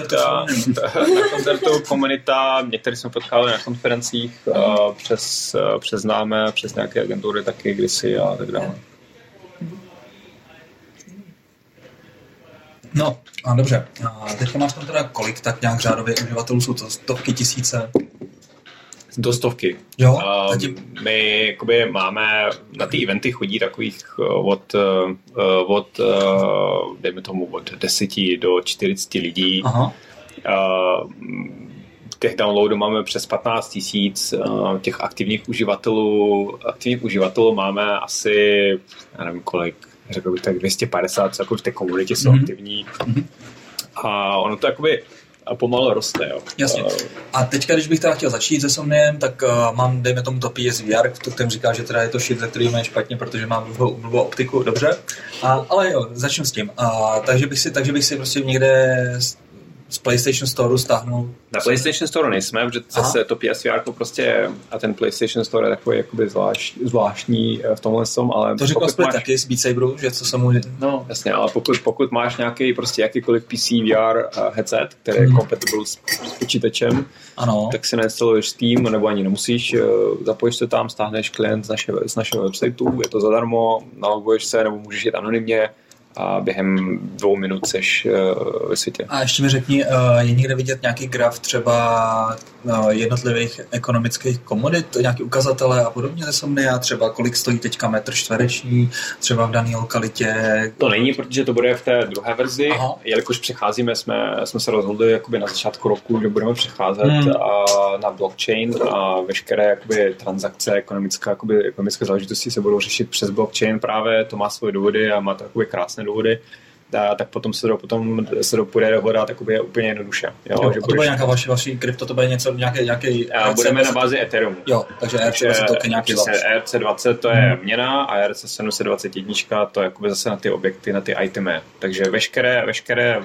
koncertu komunita, některý jsme potkali na konferencích přes známé, přes nějaké agentury taky kdysi a tak dále. No, a dobře. A teďka máš tam teda kolik tak nějak řádově uživatelů? Jsou to stovky, tisíce? Do stovky. Jo? My jakoby máme, na ty eventy chodí takových od dejme tomu od 10 do 40 lidí. Aha. Těch downloadů máme přes 15 000, těch aktivních uživatelů máme asi, já nevím kolik, řekl bych tak 250, co jako v té komunitě jsou aktivní. A ono to jakoby a pomalu roste. Jo. Jasně. A teďka, když bych teda chtěl začít se Somniem, tak mám, dejme tomu to PSVR, kterým říká, že teda je to shit, ze kterým je špatně, protože mám blbou optiku, dobře. Ale jo, začnu s tím. Takže bych si prostě někde z PlayStation Store stáhnul. Na PlayStation Store nejsme, protože zase to PSVR prostě a ten PlayStation Store je takový jakoby zvláštní v tomhle tom, ale to řekl Split taky z Beat Saberu, že co se mu... No, jasně, ale pokud máš nějaký prostě jakýkoliv PC VR headset, který je compatible s počítačem, ano. Tak si nainstaluješ Steam, nebo ani nemusíš, zapojíš se tam, stáhneš klient z našeho websiteu, je to zadarmo, naloguješ se, nebo můžeš jít anonymně, a během 2 minut seš ve světě. A ještě mi řekni, je někde vidět nějaký graf třeba jednotlivých ekonomických komodit, nějaký ukazatele a podobně ze Somnia, třeba kolik stojí teďka metr čtvereční, třeba v dané lokalitě? To není, protože to bude v té druhé verzi, jelikož přecházíme, jsme se rozhodli jakoby na začátku roku, že budeme přecházet na blockchain a veškeré jakoby transakce, ekonomické záležitosti se budou řešit přes blockchain právě, to má svoje důvody a má takové krásné důvody, tak potom se půjde dohodat takoby úplně jednoduše. Jo, že a to bude nějaká vaší krypto, to bude něco, nějaký budeme na bázi Ethereum. Jo, takže ERC20 to je nějaký ERC20 to je měna a ERC721 to je jakoby zase na ty objekty, na ty itemy. Takže veškeré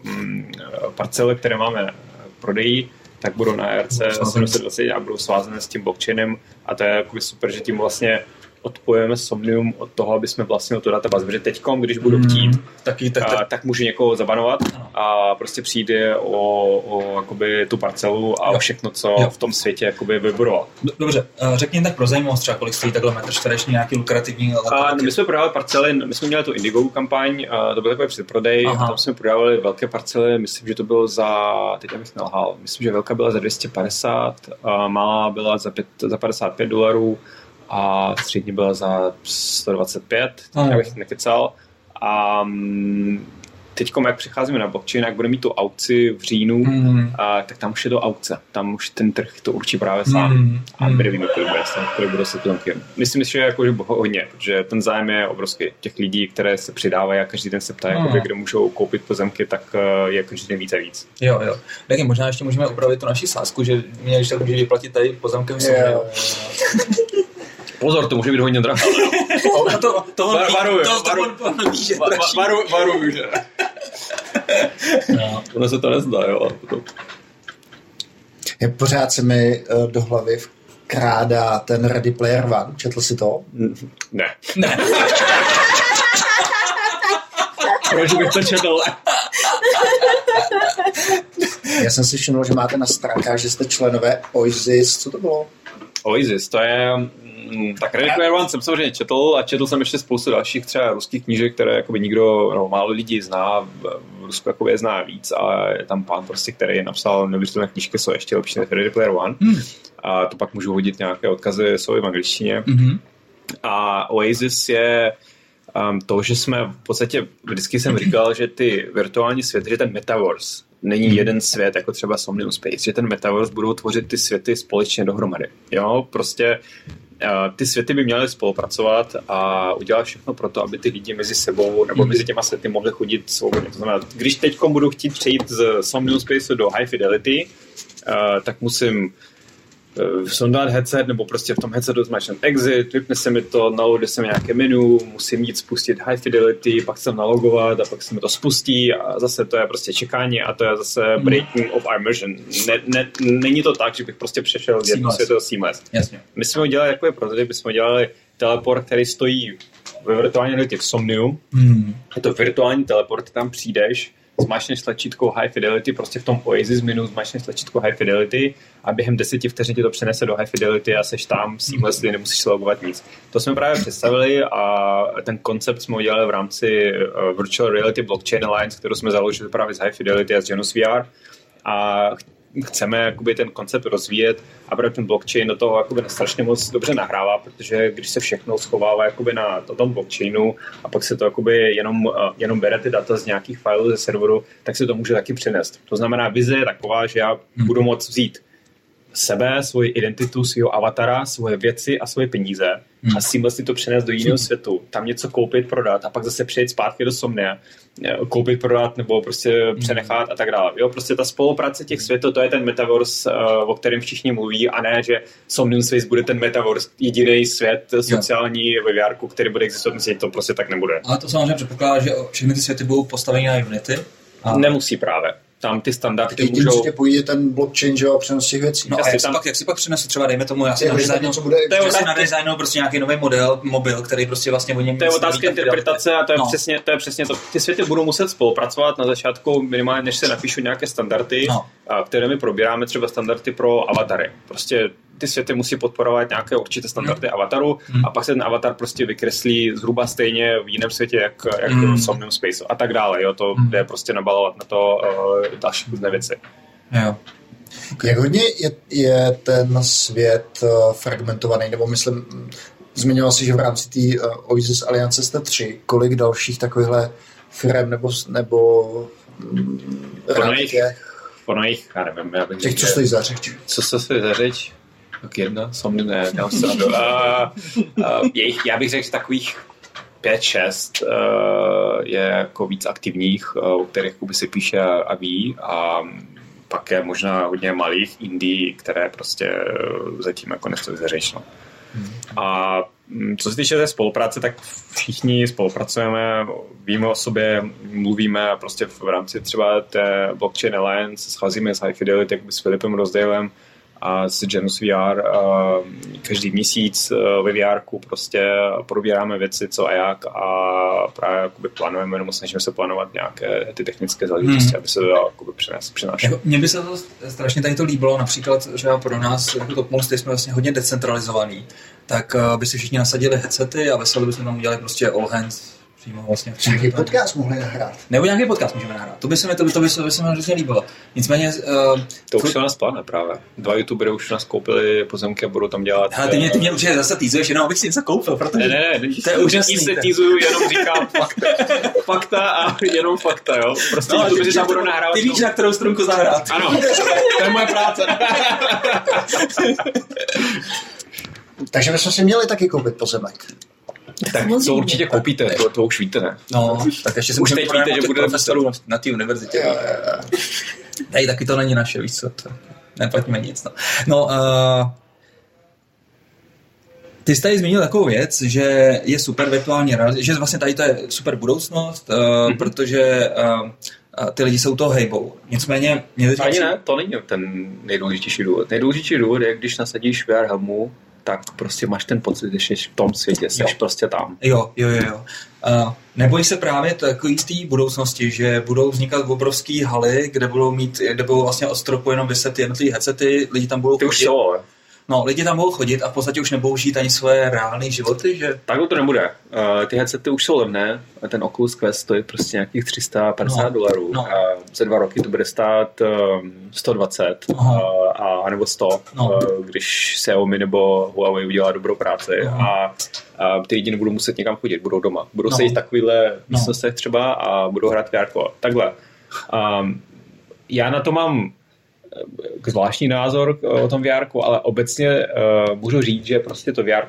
parcely, které máme prodejí, tak budou na ERC720 a budou svázané s tím blockchainem a to je jakoby super, že tím vlastně odpojujeme Somnium od toho, aby jsme vlastnili tu databázi, protože teďkom, když budu chtít, tak můžu někoho zabanovat a prostě přijde o jakoby tu parcelu a všechno, co v tom světě jakoby vybudovat. Dobře, řekni tak pro zajímavost třeba, kolik stojí takhle metr čtvereční, nějaký lukrativní my jsme prodávali parcely, my jsme měli tu Indiegovu kampaň, to byl takový předprodej, tam jsme prodávali velké parcely, myslím, že to bylo teď abych nelhal, myslím, že velká byla za 250, malá byla za $55 a střední byla za 125, já bych nekecal. A teďkom, jak přicházíme na blockchain, jak budeme mít tu aukci v říjnu, tak tam už je to aukce. Tam už ten trh to určí právě sám. A nevíme, kolik bude se pozemky. Myslím, že jako, že hodně, protože ten zájem je obrovský. Těch lidí, které se přidávají a každý den se ptají, kde můžou koupit pozemky, tak je každý den víc a víc. Jo. Tak možná ještě můžeme upravit tu naši sázku, že mě když tak může vyplatit tady pozemkem Pozor, to může být hodně drahé. Varuju, že. Ono se to nezdá, jo. Pořád se mi do hlavy vkrádá ten Ready Player One. Četl jsi to? Ne. Proč bych to četl? Já jsem si všiml, že máte na stránkách, že jste členové Oasis. Co to bylo? Oasis, to je... Tak Ready Player One jsem samozřejmě četl a četl jsem ještě spoustu dalších třeba ruských knížek, které jakoby nikdo, málo lidí zná, v Rusku jakoby je zná víc a je tam pán prostě, který napsal neuvěřitelné knížky, jsou ještě lepší než Ready Player One a to pak můžu hodit nějaké odkazy, jsou v angličtině. A Oasis je to, že jsme v podstatě, vždycky jsem říkal, že ty virtuální světy, že ten metaverse není jeden svět, jako třeba Somnium Space, že ten metaverse budou tvořit ty světy společně dohromady. Jo, prostě ty světy by měly spolupracovat a udělat všechno pro to, aby ty lidi mezi sebou nebo mezi těma světy mohli chodit svobodně. To znamená, když teďkom budu chtít přejít z Somnium Space do High Fidelity, tak musím sundat headset, nebo prostě v tom headsetu zmáčknout exit, vypne se mi to, naloaduje se mi nějaké menu, musím jít spustit High Fidelity, pak se nalogovat a pak se mi to spustí a zase to je prostě čekání a to je zase breaking of immersion. Není to tak, že bych prostě přešel z jednoho světa do seamless. Jasně. My jsme udělali takové prototyp, my jsme udělali teleport, který stojí ve virtuální realitě v Somniu. Je to virtuální teleport, tam přijdeš, zmáčkneš tlačítko High Fidelity, prostě v tom Oasis menu zmáčkneš tlačítko High Fidelity a během 10 vteřin ti to přenese do High Fidelity a seš tam seamlessly, nemusíš logovat nic. To jsme právě představili a ten koncept jsme udělali v rámci Virtual Reality Blockchain Alliance, kterou jsme založili právě z High Fidelity a z Janus VR a chceme jakoby ten koncept rozvíjet a právě ten blockchain do toho jakoby strašně moc dobře nahrává, protože když se všechno schovává jakoby na tom blockchainu a pak se to jakoby jenom bere ty data z nějakých filů ze serveru, tak se to může taky přenést. To znamená, vize je taková, že já budu moct vzít sebe, svoji identitu, svého avatara, svoje věci a svoje peníze a s tím vlastně to přenést do jiného světu, tam něco koupit, prodat a pak zase přijet zpátky do Somnia, koupit, prodat nebo prostě přenechat a tak dále. Jo, prostě ta spolupráce těch světů, to je ten metaverse, o kterém všichni mluví a ne, že Somnium Space bude ten metaverse, jediný svět sociální ve VR, který bude existovat, myslím, že to prostě tak nebude. Ale to samozřejmě předpokládá, že všechny ty světy budou postaveny na Unity. A... Nemusí právě. Tam ty standardy můžou... Jedním se pojde ten blockchain, že jo, přenos těch věcí. No a jak si pak přenesu třeba, dejme tomu, já si nadizajnu prostě nějaký nový mobil, který prostě vlastně o něm... To je otázka interpretace a to je přesně to. Ty světy budou muset spolupracovat na začátku minimálně, než se napíšou nějaké standardy, které my probíráme, třeba standardy pro avatary. Prostě ty světy musí podporovat nějaké určité standardy avataru a pak se ten avatar prostě vykreslí zhruba stejně v jiném světě, jak v Somnium Space a tak dále. Jo? To jde prostě nabalovat na to další různé věci. Jo. Okay. Jak hodně je ten svět fragmentovaný, nebo myslím, zmiňoval si, že v rámci té Oasis Aliance jste 3, kolik dalších takovýchhle firem nebo po nich, já nevím, já bych těch, co stojí za řeč. Co stojí za řeč? Tak jedna, Somnium ne, já bych řekl, že takových 5-6 je jako víc aktivních, o kterých si píše a ví a pak je možná hodně malých indie, které prostě zatím jako nestojí za řeč. No. A co se týče té spolupráce, tak všichni spolupracujeme, víme o sobě, mluvíme prostě v rámci třeba té Blockchain Alliance, scházíme s High Fidelity, s Filipem Rozdalem a s Genus VR každý měsíc ve VR-ku prostě probíráme věci, co a jak a právě plánujeme, nebo snažíme se plánovat nějaké ty technické záležitosti, aby se to přinášelo. Mně by se to strašně tady to líbilo, například třeba pro nás, jako Top Most, jsme vlastně hodně decentralizovaný, tak by si všichni nasadili headsety a veselí bychom tam udělali prostě all hands. Vlastně nějaký podcast mohli nahrát. Nebo nějaký podcast můžeme nahrát. To by se mi hrozně líbilo. Nicméně... to už se nás plánuje právě. 2 youtubery už nás koupili pozemky a budou tam dělat... Ty mě určitě zase týzuješ, jenom abych si něco koupil, protože... Ne, to je úžasný. Se týzuju, jenom říkám fakta a jenom fakta, jo. Prostě youtubeři tam budou nahrávat... Ty víš, na kterou strunku zahrát. Ano, to je moje práce. Takže bychom si měli taky koupit pozemek. Tak to určitě koupíte, to už víte, ne? No, tak ještě už teď víte, že bude profesorů na té univerzitě. Tady taky to není naše, víš co, to neplatíme nic. No, ty jsi tady zmínil takovou věc, že je super virtuální realita, že vlastně tady to je super budoucnost, protože ty lidi se u toho hejbou. Nicméně... Ani ne, to není ten nejdůležitější důvod. Nejdůležitější důvod je, když nasadíš VR helmu, tak prostě máš ten pocit, že jsi v tom světě, jsi prostě tam. Jo. Nebojíš se právě takový z té budoucnosti, že budou vznikat obrovský haly, kde budou vlastně od stropu jenom vyset ty jednotlivé headsety, lidi tam budou chodit. No, lidi tam budou chodit a v podstatě už nebudou žít ani své reálné životy, že? Takhle to nebude. Ty headsety už jsou levné, ten Oculus Quest stojí prostě nějakých $350. No. A za 2 roky to bude stát 120 a nebo 100, když Xiaomi nebo Huawei udělá dobrou práci a ty lidi nebudou muset někam chodit, budou doma. Budou sedět v takovýchhle místnostech třeba a budou hrát VR. Takhle. Já na to mám zvláštní názor o tom VR, ale obecně můžu říct, že prostě to VR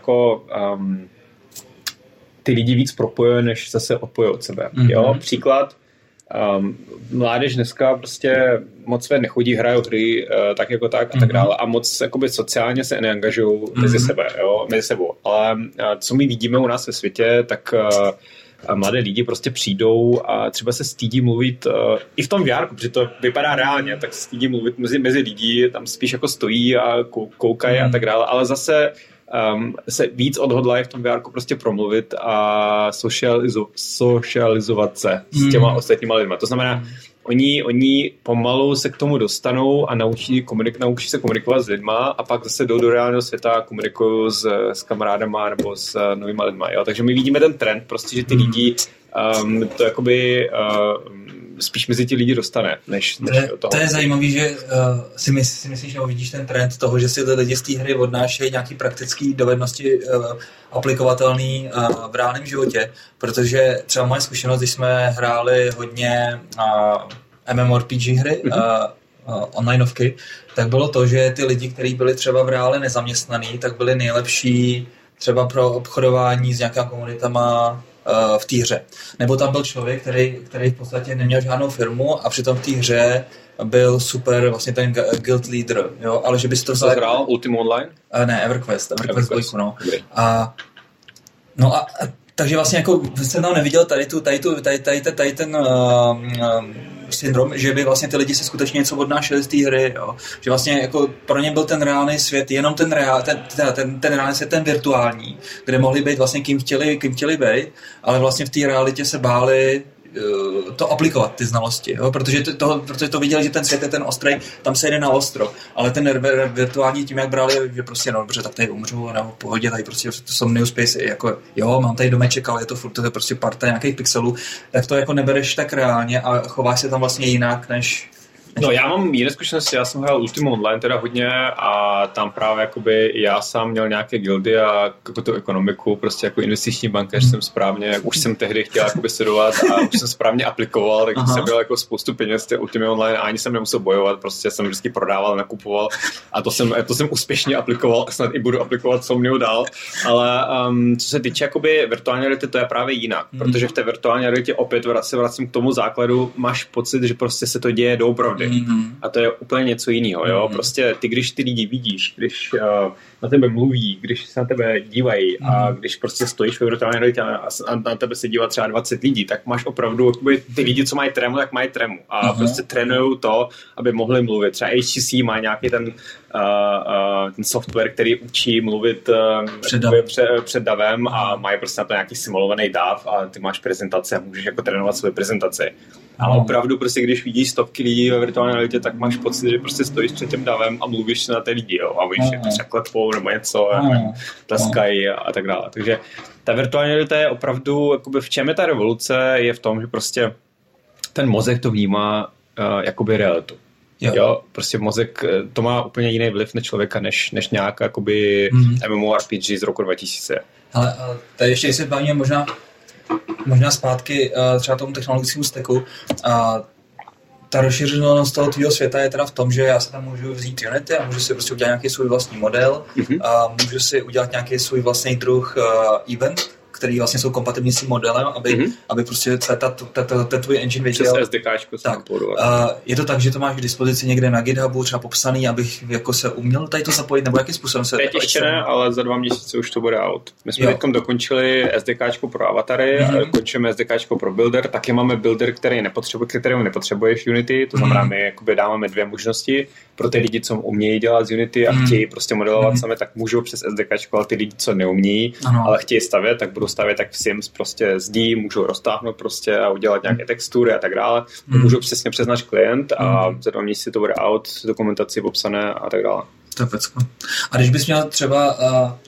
ty lidi víc propojuje, než zase odpojuje od sebe. Jo? Příklad, mládež dneska prostě moc své nechodí, hrajou hry tak jako tak a tak dále a moc jakoby sociálně se neangažují mezi sebou. Ale co my vidíme u nás ve světě, tak a mladé lidi prostě přijdou a třeba se stydí mluvit i v tom VR, protože to vypadá reálně, tak se stydí mluvit mezi lidí, tam spíš jako stojí a koukají a tak dále, ale zase se víc odhodlají v tom VR prostě promluvit a socializovat se s těma ostatníma lidma. To znamená, oni pomalu se k tomu dostanou a naučí se komunikovat s lidma a pak zase jdou do reálného světa a komunikují s kamarádama nebo s novýma lidma. Jo? Takže my vidíme ten trend, prostě, že ty lidi to jakoby spíš mezi ty lidi dostane, než toho. To je zajímavý, že si myslíš, nebo vidíš ten trend toho, že si ty lidi z té hry odnášejí nějaký praktické dovednosti aplikovatelný v reálném životě, protože třeba moje zkušenost, když jsme hráli hodně MMORPG hry, onlineovky, tak bylo to, že ty lidi, kteří byli třeba v reále nezaměstnaný, tak byli nejlepší třeba pro obchodování s nějakými komunitama v té hře. Nebo tam byl člověk, který v podstatě neměl žádnou firmu a přitom v té hře byl super vlastně ten guild leader, jo, ale že bys to vzal... hrál Ultima Online? Ne, EverQuest 2, no. Takže vlastně jako jsem tam neviděl tady ten syndrom, že by vlastně ty lidi si skutečně něco odnášeli z té hry, jo. Že vlastně jako pro ně byl ten reálný svět, jenom ten reálný svět, ten virtuální, kde mohli být vlastně kým chtěli být, ale vlastně v té realitě se báli to aplikovat, ty znalosti, jo? Protože to viděli, že ten svět je ten ostrej, tam se jde na ostro, ale ten virtuální tím, jak brali, že prostě no dobře, tak tady umřu, nebo v pohodě, tady prostě to jsou new space, jako jo, mám tady domeček, ale je to furt, to je prostě parta nějakých pixelů, tak to jako nebereš tak reálně a chováš se tam vlastně jinak, než... No já mám jiné zkušenosti, já jsem hrál Ultima Online teda hodně a tam právě jakoby já sám měl nějaké guildy a jako tu ekonomiku, prostě jako investiční bankéř jsem správně, jak už jsem tehdy chtěl jakoby studovat a už jsem správně aplikoval, takže jsem měl jako spoustu peněz z té Ultima Online a ani jsem nemusel bojovat, prostě jsem vždycky prodával, nakupoval a to jsem úspěšně aplikoval a snad i budu aplikovat Somniu dál, ale co se týče jakoby virtuální reality, to je právě jinak, protože v té virtuální realitě opět se vracím k tomu základu, máš pocit, že prostě se to děje doopravdy. A to je úplně něco jiného, jo. Prostě ty, když ty lidi vidíš, když na tebe mluví, když se na tebe dívají a když prostě stojíš ve virtuální realitě a na tebe se dívá třeba 20 lidí, tak máš opravdu jakoby, ty lidi, co mají tremu, tak mají tremu. A prostě trénujou to, aby mohli mluvit. Třeba HTC má nějaký ten software, který učí mluvit před davem a mají prostě na to nějaký simulovaný dav a ty máš prezentace a můžeš jako trénovat svoji prezentaci. Ale opravdu prostě, když vidíš stovky lidí ve virtuální realitě, tak máš pocit, že prostě stojíš před tím davem a mluvíš na ty lidi, jo, a víš, jak to překlepou nebo něco, tleskají a tak dále. Takže ta virtuální realita je opravdu, jakoby v čem je ta revoluce, je v tom, že prostě ten mozek to vnímá jakoby realitu. Jo, prostě mozek, to má úplně jiný vliv na člověka, než nějaká jakoby MMORPG z roku 2000. Ale tady ještě se bavíme možná zpátky třeba tomu technologickému stacku. Ta rozšířenost toho tvýho světa je teda v tom, že já se tam můžu vzít Unity a můžu si prostě udělat nějaký svůj vlastní model, a můžu si udělat nějaký svůj vlastní druh event, který vlastně jsou kompatibilní s tím modelem, aby prostě ten tvůj engine věděl. Přes SDKčko tak, je to tak, že to máš k dispozici někde na GitHubu třeba popsaný, abych jako se uměl tady to zapojit, nebo jakým způsobem se... Teď ještě ne, ale za 2 měsíce už to bude out. My jsme teď dokončili SDKčko pro avatary, a dokončíme SDKčko pro builder, taky máme builder, kterému nepotřebuješ Unity, to znamená, my jakoby dáváme 2 možnosti pro ty lidi, co umějí dělat z Unity a chtějí prostě modelovat sami, tak můžou přes SDKčko, ale ty lidi, co neumějí, ale chtějí stavět, tak budou stavět tak v Sims prostě zdí, můžou roztáhnout prostě a udělat nějaké textury a tak dále. Můžou přesně přes náš klient a za 2 měsíce to bude out, dokumentaci popsané a tak dále. To je pecko. A když bys měl třeba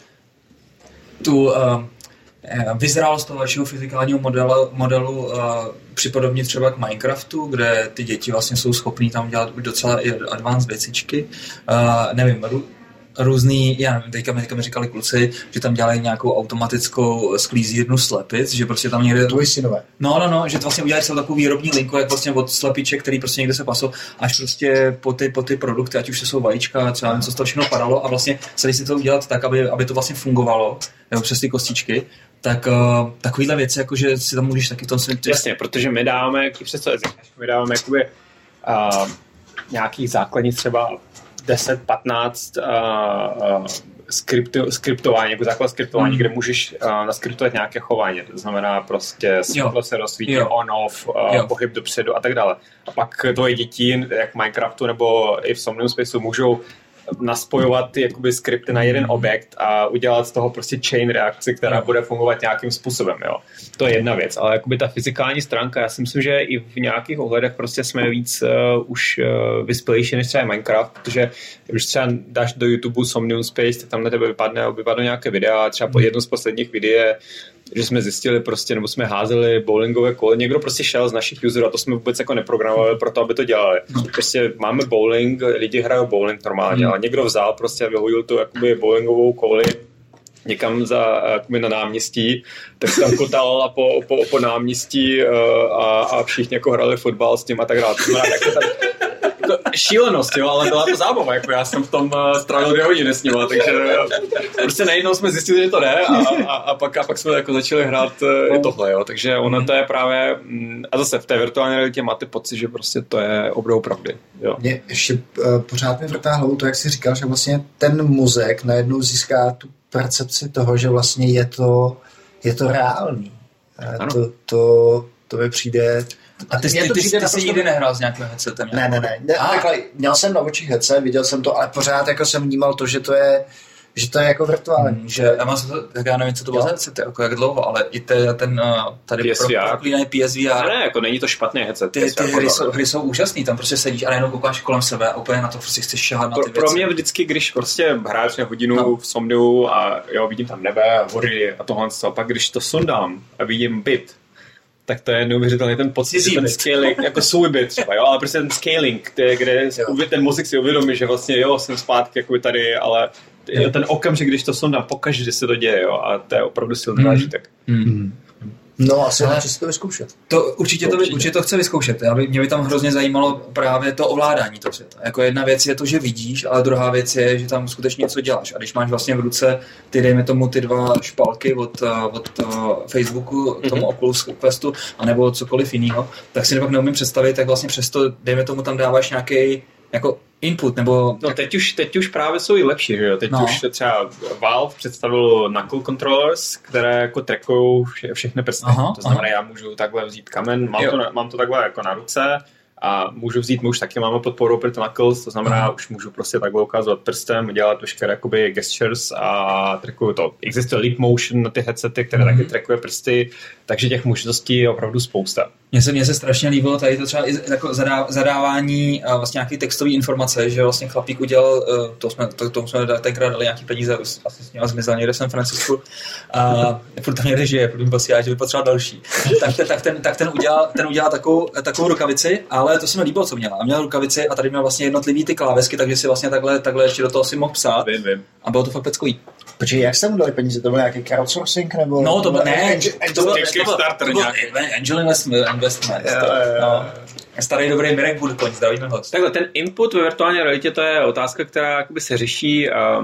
tu vyzrálost toho vašeho fyzikálního modelu připodobnit třeba k Minecraftu, kde ty děti vlastně jsou schopní tam dělat docela i advanced věcičky. Nevím, různý, já nevím, teďka mi říkali kluci, že tam dělají nějakou automatickou sklízírnu slepic, že prostě tam někde... Tvoji synové. No, že to vlastně udělají celou takovou výrobní linku, jak vlastně od slepiček, který prostě někde se pasou, až prostě po ty produkty, ať už to jsou vajíčka, třeba něco z toho všechno padalo a vlastně celý si to udělat tak, aby to vlastně fungovalo, jo, přes ty kostičky. Tak takovýhle věci, jako že si tam můžeš taky v tom svým... Jasně, protože my dáváme, i přes to my dáváme jakoby nějakých základních třeba 10-15 skriptování, jako základ skriptování, kde můžeš naskriptovat nějaké chování. To znamená prostě světlo se rozsvítí, on-off, pohyb dopředu a tak dále. A pak tvoje děti, jak v Minecraftu nebo i v Somnium Spaceu, můžou naspojovat jakoby skripty na jeden objekt a udělat z toho prostě chain reakci, která bude fungovat nějakým způsobem, jo. To je jedna věc, ale jakoby ta fyzikální stránka, já si myslím, že i v nějakých ohledech prostě jsme víc už vyspělejší než třeba Minecraft, protože když třeba dáš do YouTube Somnium Space, tak tam na tebe vypadnou nějaké videa, třeba po jedno z posledních videí, že jsme zjistili prostě, nebo jsme házeli bowlingové koule, někdo prostě šel z našich userů a to jsme vůbec jako neprogramovali pro to, aby to dělali. Prostě máme bowling, lidi hrajou bowling normálně, ale někdo vzal prostě a vyhodil tu jakoby bowlingovou kouli někam na náměstí, tak tam kotal po náměstí a všichni jako hrali fotbal s tím a tak dále. šílenost, jo, ale byla to zábava, jako já jsem v tom strávil 2 hodiny s nima, takže prostě najednou jsme zjistili, že to jde a pak jsme jako začali hrát i tohle, jo, takže ono to je právě, a zase v té virtuální realitě máte pocit, že prostě to je opravdu pravdy, jo. Mě ještě pořád mi vrtá hlavou to, jak jsi říkal, že vlastně ten mozek najednou získá tu percepci toho, že vlastně je to reálný. To mi přijde... A ty jsi nikdy nehrál s nějakým headsetem? Ne. Takhle, měl jsem na očích headset, viděl jsem to, ale pořád jako jsem vnímal to, že to je jako virtuální. Tak já nevím, co to bylo za headset, jako jak dlouho, ale i ten tady proklínaný PSVR. Ne, jako není to špatný headset. Ty hry jsou úžasný, tam prostě sedíš a najednou koukáš kolem sebe a úplně na to prostě chceš šahat na ty věci. Pro mě vždycky, když prostě hraju třeba hodinu v Somniu a jo, vidím tam nebe, hory a tohle, a pak když to sundám a vidím byt, tak to je neuvěřitelný ten pocit, ten scaling, jako svůj byt třeba, jo, ale prostě ten scaling, kde ten mozek si uvědomí, že vlastně jo, jsem zpátky jako tady, ale ten okamžik, když to sondám, pokaždé se to děje, jo, a to je opravdu silný zážitek. No, asi si to vyzkoušet. Určitě to chce vyzkoušet. Mě by tam hrozně zajímalo právě to ovládání toho světa. Jako jedna věc je to, že vidíš, ale druhá věc je, že tam skutečně něco děláš. A když máš vlastně v ruce dejme tomu ty 2 špalky od Facebooku k tomu Oculus Questu, anebo cokoliv jiného, tak si nepak neumím představit, tak vlastně přesto, dejme tomu, tam dáváš nějaký jako input, nebo... No teď už právě jsou i lepší, že jo? Teď už třeba Valve představil knuckle controllers, které jako trackujou všechny prsty. To znamená, já můžu takhle vzít kamen, mám to takhle jako na ruce a můžu vzít, my už taky máme podporu pro knuckles, to znamená, už můžu prostě takhle ukázat prstem, dělat veškeré jakoby gestures a trackuju to. Existuje Leap Motion na ty headsety, které taky trackuje prsty, takže těch možností je opravdu spousta. Mně se strašně líbilo tady to třeba i jako zadávání vlastně nějaký textový informace, že vlastně chlapík udělal, tomu jsme tenkrát dali nějaký peníze, asi s ním zmizel někde v San Francisku, a furt tam někde žije, protože posílá, že by potřeboval další. tak ten udělal takovou rukavici, ale to se mi líbilo, co měl. A měl rukavici a tady měl vlastně jednotlivý ty klávesky, takže si vlastně takhle ještě do toho si mohl psát. Vím. A bylo to fakt peckový. Počkej, jak jste mu dali peníze? To byl nějaký crowdsourcing? Nebo... No, to byl Kickstarter nějaký. Angel investment. Starý dobrý Mirek Budkoň, zdravíme ho. Takhle, ten input ve virtuální realitě, to je otázka, která jakoby se řeší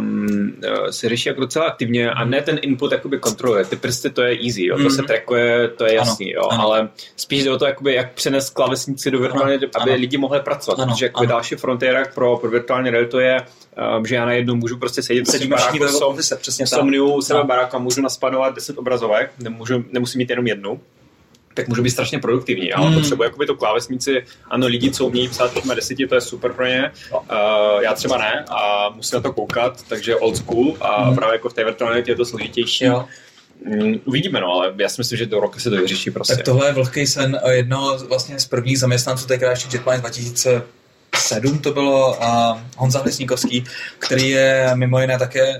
jako docela aktivně a ne ten input jakoby kontroluje. Ty prsty, to je easy, jo? To se trackuje, to je jasný, jo? Ale spíš jde o to, jakoby, jak přenést klávesnici do virtuální, aby lidi mohli pracovat. Protože jakoby další frontiera pro virtuální realitu je, že já najednou můžu prostě sedět v baráku Somniu, baráku a můžu naspanovat 10 obrazovek, nemusím mít jenom jednu. Tak můžu být strašně produktivní, ale potřebuji jakoby to klávesnici, ano, lidi, co umějí psát těma 10, to je super pro ně, já třeba ne a musím na to koukat, takže old school a právě jako v té virtualitě je to složitější. Uvidíme, no, ale já si myslím, že do roka se to vyřeší prostě. Tak tohle je vlhký sen jednoho vlastně z prvních zaměstnanců, tenkrát ještě Jetline 2007 to bylo Honza Hlisníkovský, který je mimo jiné také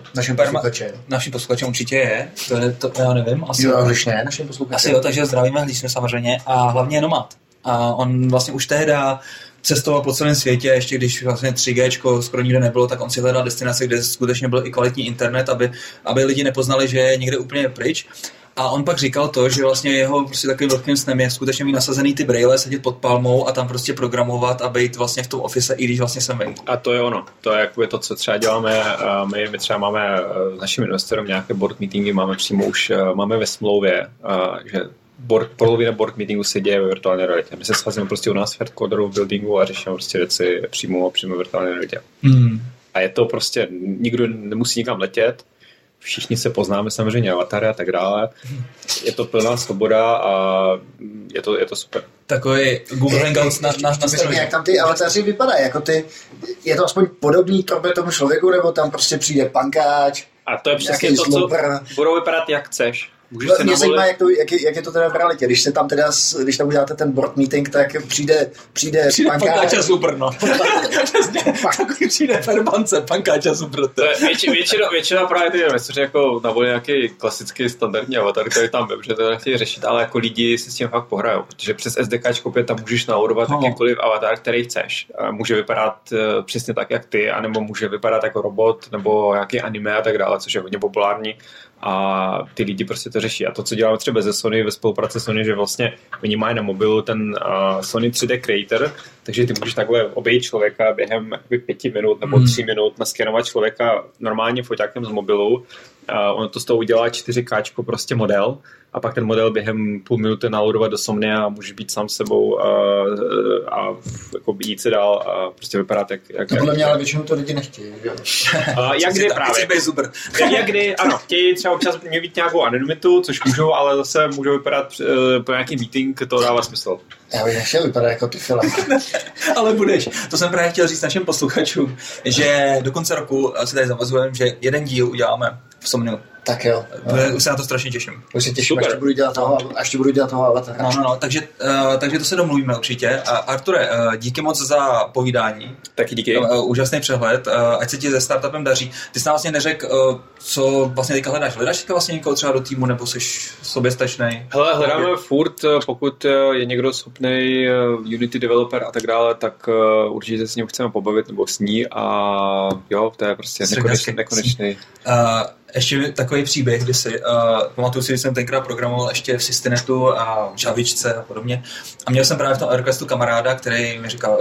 naším posluchačem určitě je, to já nevím. Asi, jo, když ne, naším posluchačem. Asi jo, takže zdravíme Hlisnu samozřejmě a hlavně je nomad. A on vlastně už tehda cestoval po celém světě, ještě když vlastně 3G skoro nikde nebylo, tak on si hledal destinace, kde skutečně byl i kvalitní internet, aby lidi nepoznali, že je někde úplně pryč. A on pak říkal to, že vlastně jeho prostě takovým velkým snem je skutečně mít nasazený ty braille, sedět pod palmou a tam prostě programovat a být vlastně v tom office, i když vlastně jsem venku. A to je ono. To je jakoby to, co třeba děláme. My třeba máme s naším investorem nějaké board meetingy, máme přímo už, máme ve smlouvě, že polovina board meetingu se děje ve virtuální realitě. My se scházíme prostě u nás v headquarteru v buildingu a řešíme prostě věci přímo v virtuální realitě. A je to prostě, nikdo nemusí nikam letět, všichni se poznáme samozřejmě avatary a tak dále. Je to plná svoboda a je to super. Takový Google Hangouts na jak tam ty avataři vypadají? Jako je to aspoň podobný tomu člověku, nebo tam prostě přijde pankáč? A to je přesně to, co budou vypadat jak chceš. Mě zajímá, jak je to teda v realitě. Když tam uděláte ten board meeting, tak přijde pankáč a super, no. Takový přijde ferbance, pankáč a super. Většina právě ty investoři jako navolí nějaký klasický standardní avatar, který tam vím, že to nechtějí řešit, ale jako lidi si s tím fakt pohrajou, protože přes SDKčko tam můžeš naurovat jakýkoliv avatar, který chceš. Může vypadat přesně tak, jak ty, anebo může vypadat jako robot, nebo nějaký anime a tak dále, což je hodně populární. a ty lidi prostě to řeší. A to, co děláme třeba ze Sony, ve spolupráci Sony, že vlastně oni mají na mobilu ten Sony 3D Creator, takže ty můžeš takhle obejít člověka během 5 minut nebo 3 minut, naskenovat člověka normálně foťákem z mobilu. Ono to z toho udělá 4K prostě model a pak ten model během půl minuty naloadovat do Somnia a můžeš být sám sebou a jako jít se dál a prostě vypadat jak podle mě ale většinou to lidi nechtějí. Jak kdy právě. Jak kdy, ano, chtějí třeba občas mít nějakou anonymitu, což můžou, ale zase můžou vypadat pro nějaký meeting, to dává smysl. Já bych nechtěl vypadat jako ty File. Ale budeš. To jsem právě chtěl říct našim posluchačům, že do konce roku si tady zavazujeme, že jeden díl uděláme v Somniu. Tak jo. Už se na to strašně těším. Už se těším, až ti budu dělat toho avatara. No, takže to se domluvíme určitě. Arture, díky moc za povídání. Taky díky. Úžasný přehled. Ať se ti se startupem daří. Ty jsi nám vlastně neřekl, co vlastně teďka hledáš. Hledáš teďka vlastně někoho třeba do týmu, nebo jsi soběstačnej? Hele, hledáme furt, pokud je někdo schopný Unity developer a tak dále, tak určitě s ním chceme pobavit, nebo s ní a jo, to je prostě nekonečný. Ještě takový příběh, kdy si, pamatuju si, že jsem tenkrát programoval ještě v Systenetu a v Javičce a podobně. A měl jsem právě v tom Airquestu kamaráda, který mi říkal,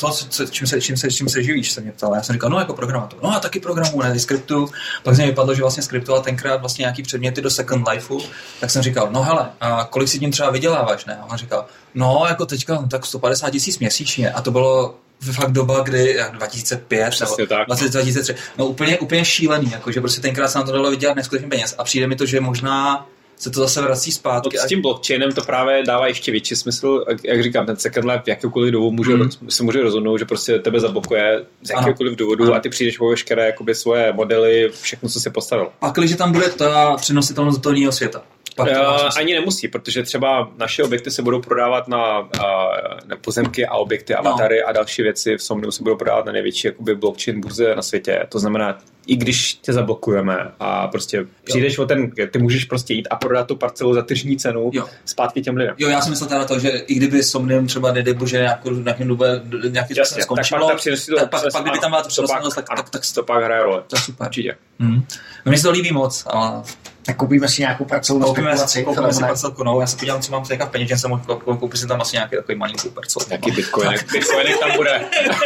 čím se živíš, se mě ptal. Já jsem říkal, no jako programátor. No a taky programu, ne, skriptu. Pak se mi vypadlo, že vlastně skriptoval tenkrát vlastně nějaký předměty do Second Lifeu. Tak jsem říkal, no hele, a kolik si tím třeba vyděláváš, ne? A on říkal, no jako teďka tak 150 000 měsíčně. A to bylo fakt doba, kdy 2005 nebo 2003, no úplně šílený, jako, že prostě tenkrát se nám to dalo vydělat neskutečně peněz a přijde mi to, že možná se to zase vrací zpátky. S tím blockchainem to právě dává ještě větší smysl, jak říkám, ten Second Life v jakékoliv dobu se může rozhodnout, že prostě tebe zablokuje z jakéhokoliv důvodu a ty přijdeš po veškeré jakoby svoje modely, všechno, co si postavil. A když tam bude ta přenositelnost do toho jiného světa? Ani nemusí, protože třeba naše objekty se budou prodávat na pozemky a objekty, avatary a další věci v Somniu se budou prodávat na největší jakoby blockchain burze na světě. To znamená, i když tě zablokujeme a prostě přijdeš o ten, ty můžeš prostě jít a prodat tu parcelu za tržní cenu zpátky těm lidem. Jo, já si myslel teda to, že i kdyby Somnium třeba nedej bože nějaký čas skončilo, pak kdyby tam byla ta přenositelnost, tak to pak hraje role. To je super. Určitě. Mně se to líbí moc, ale... Tak koupíme si nějakou parcelu. Koupíme si parcelku, no. Já se podívám, co mám teďka v peněžence, koupím si tam asi nějaký takový malinkou parcel. Nějaký bitcoinek tam bude.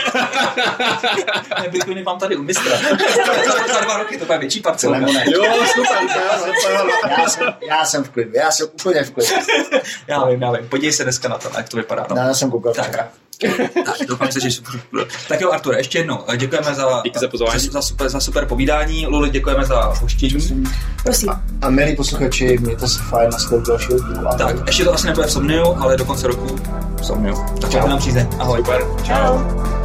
Ne, bitcoinek mám tady u mistra. Za 2 roky to bude větší parcel. Jo, super. Já jsem v klidu, já jsem úplně v klidu. Já vím. Podívej se dneska na to, jak to vypadá. Já jsem koukal. Tak, doufám, že tak jo, Artur, ještě jednou děkujeme za super povídání. Luli, děkujeme za hoštění. Prosím. A milí posluchači, mějte se fajn na skloup dalšího dílu. Tak, ještě to asi nebude v Somniu, ale do konce roku v Somniu. Tak čau nám příze. Ahoj. Super. Čau.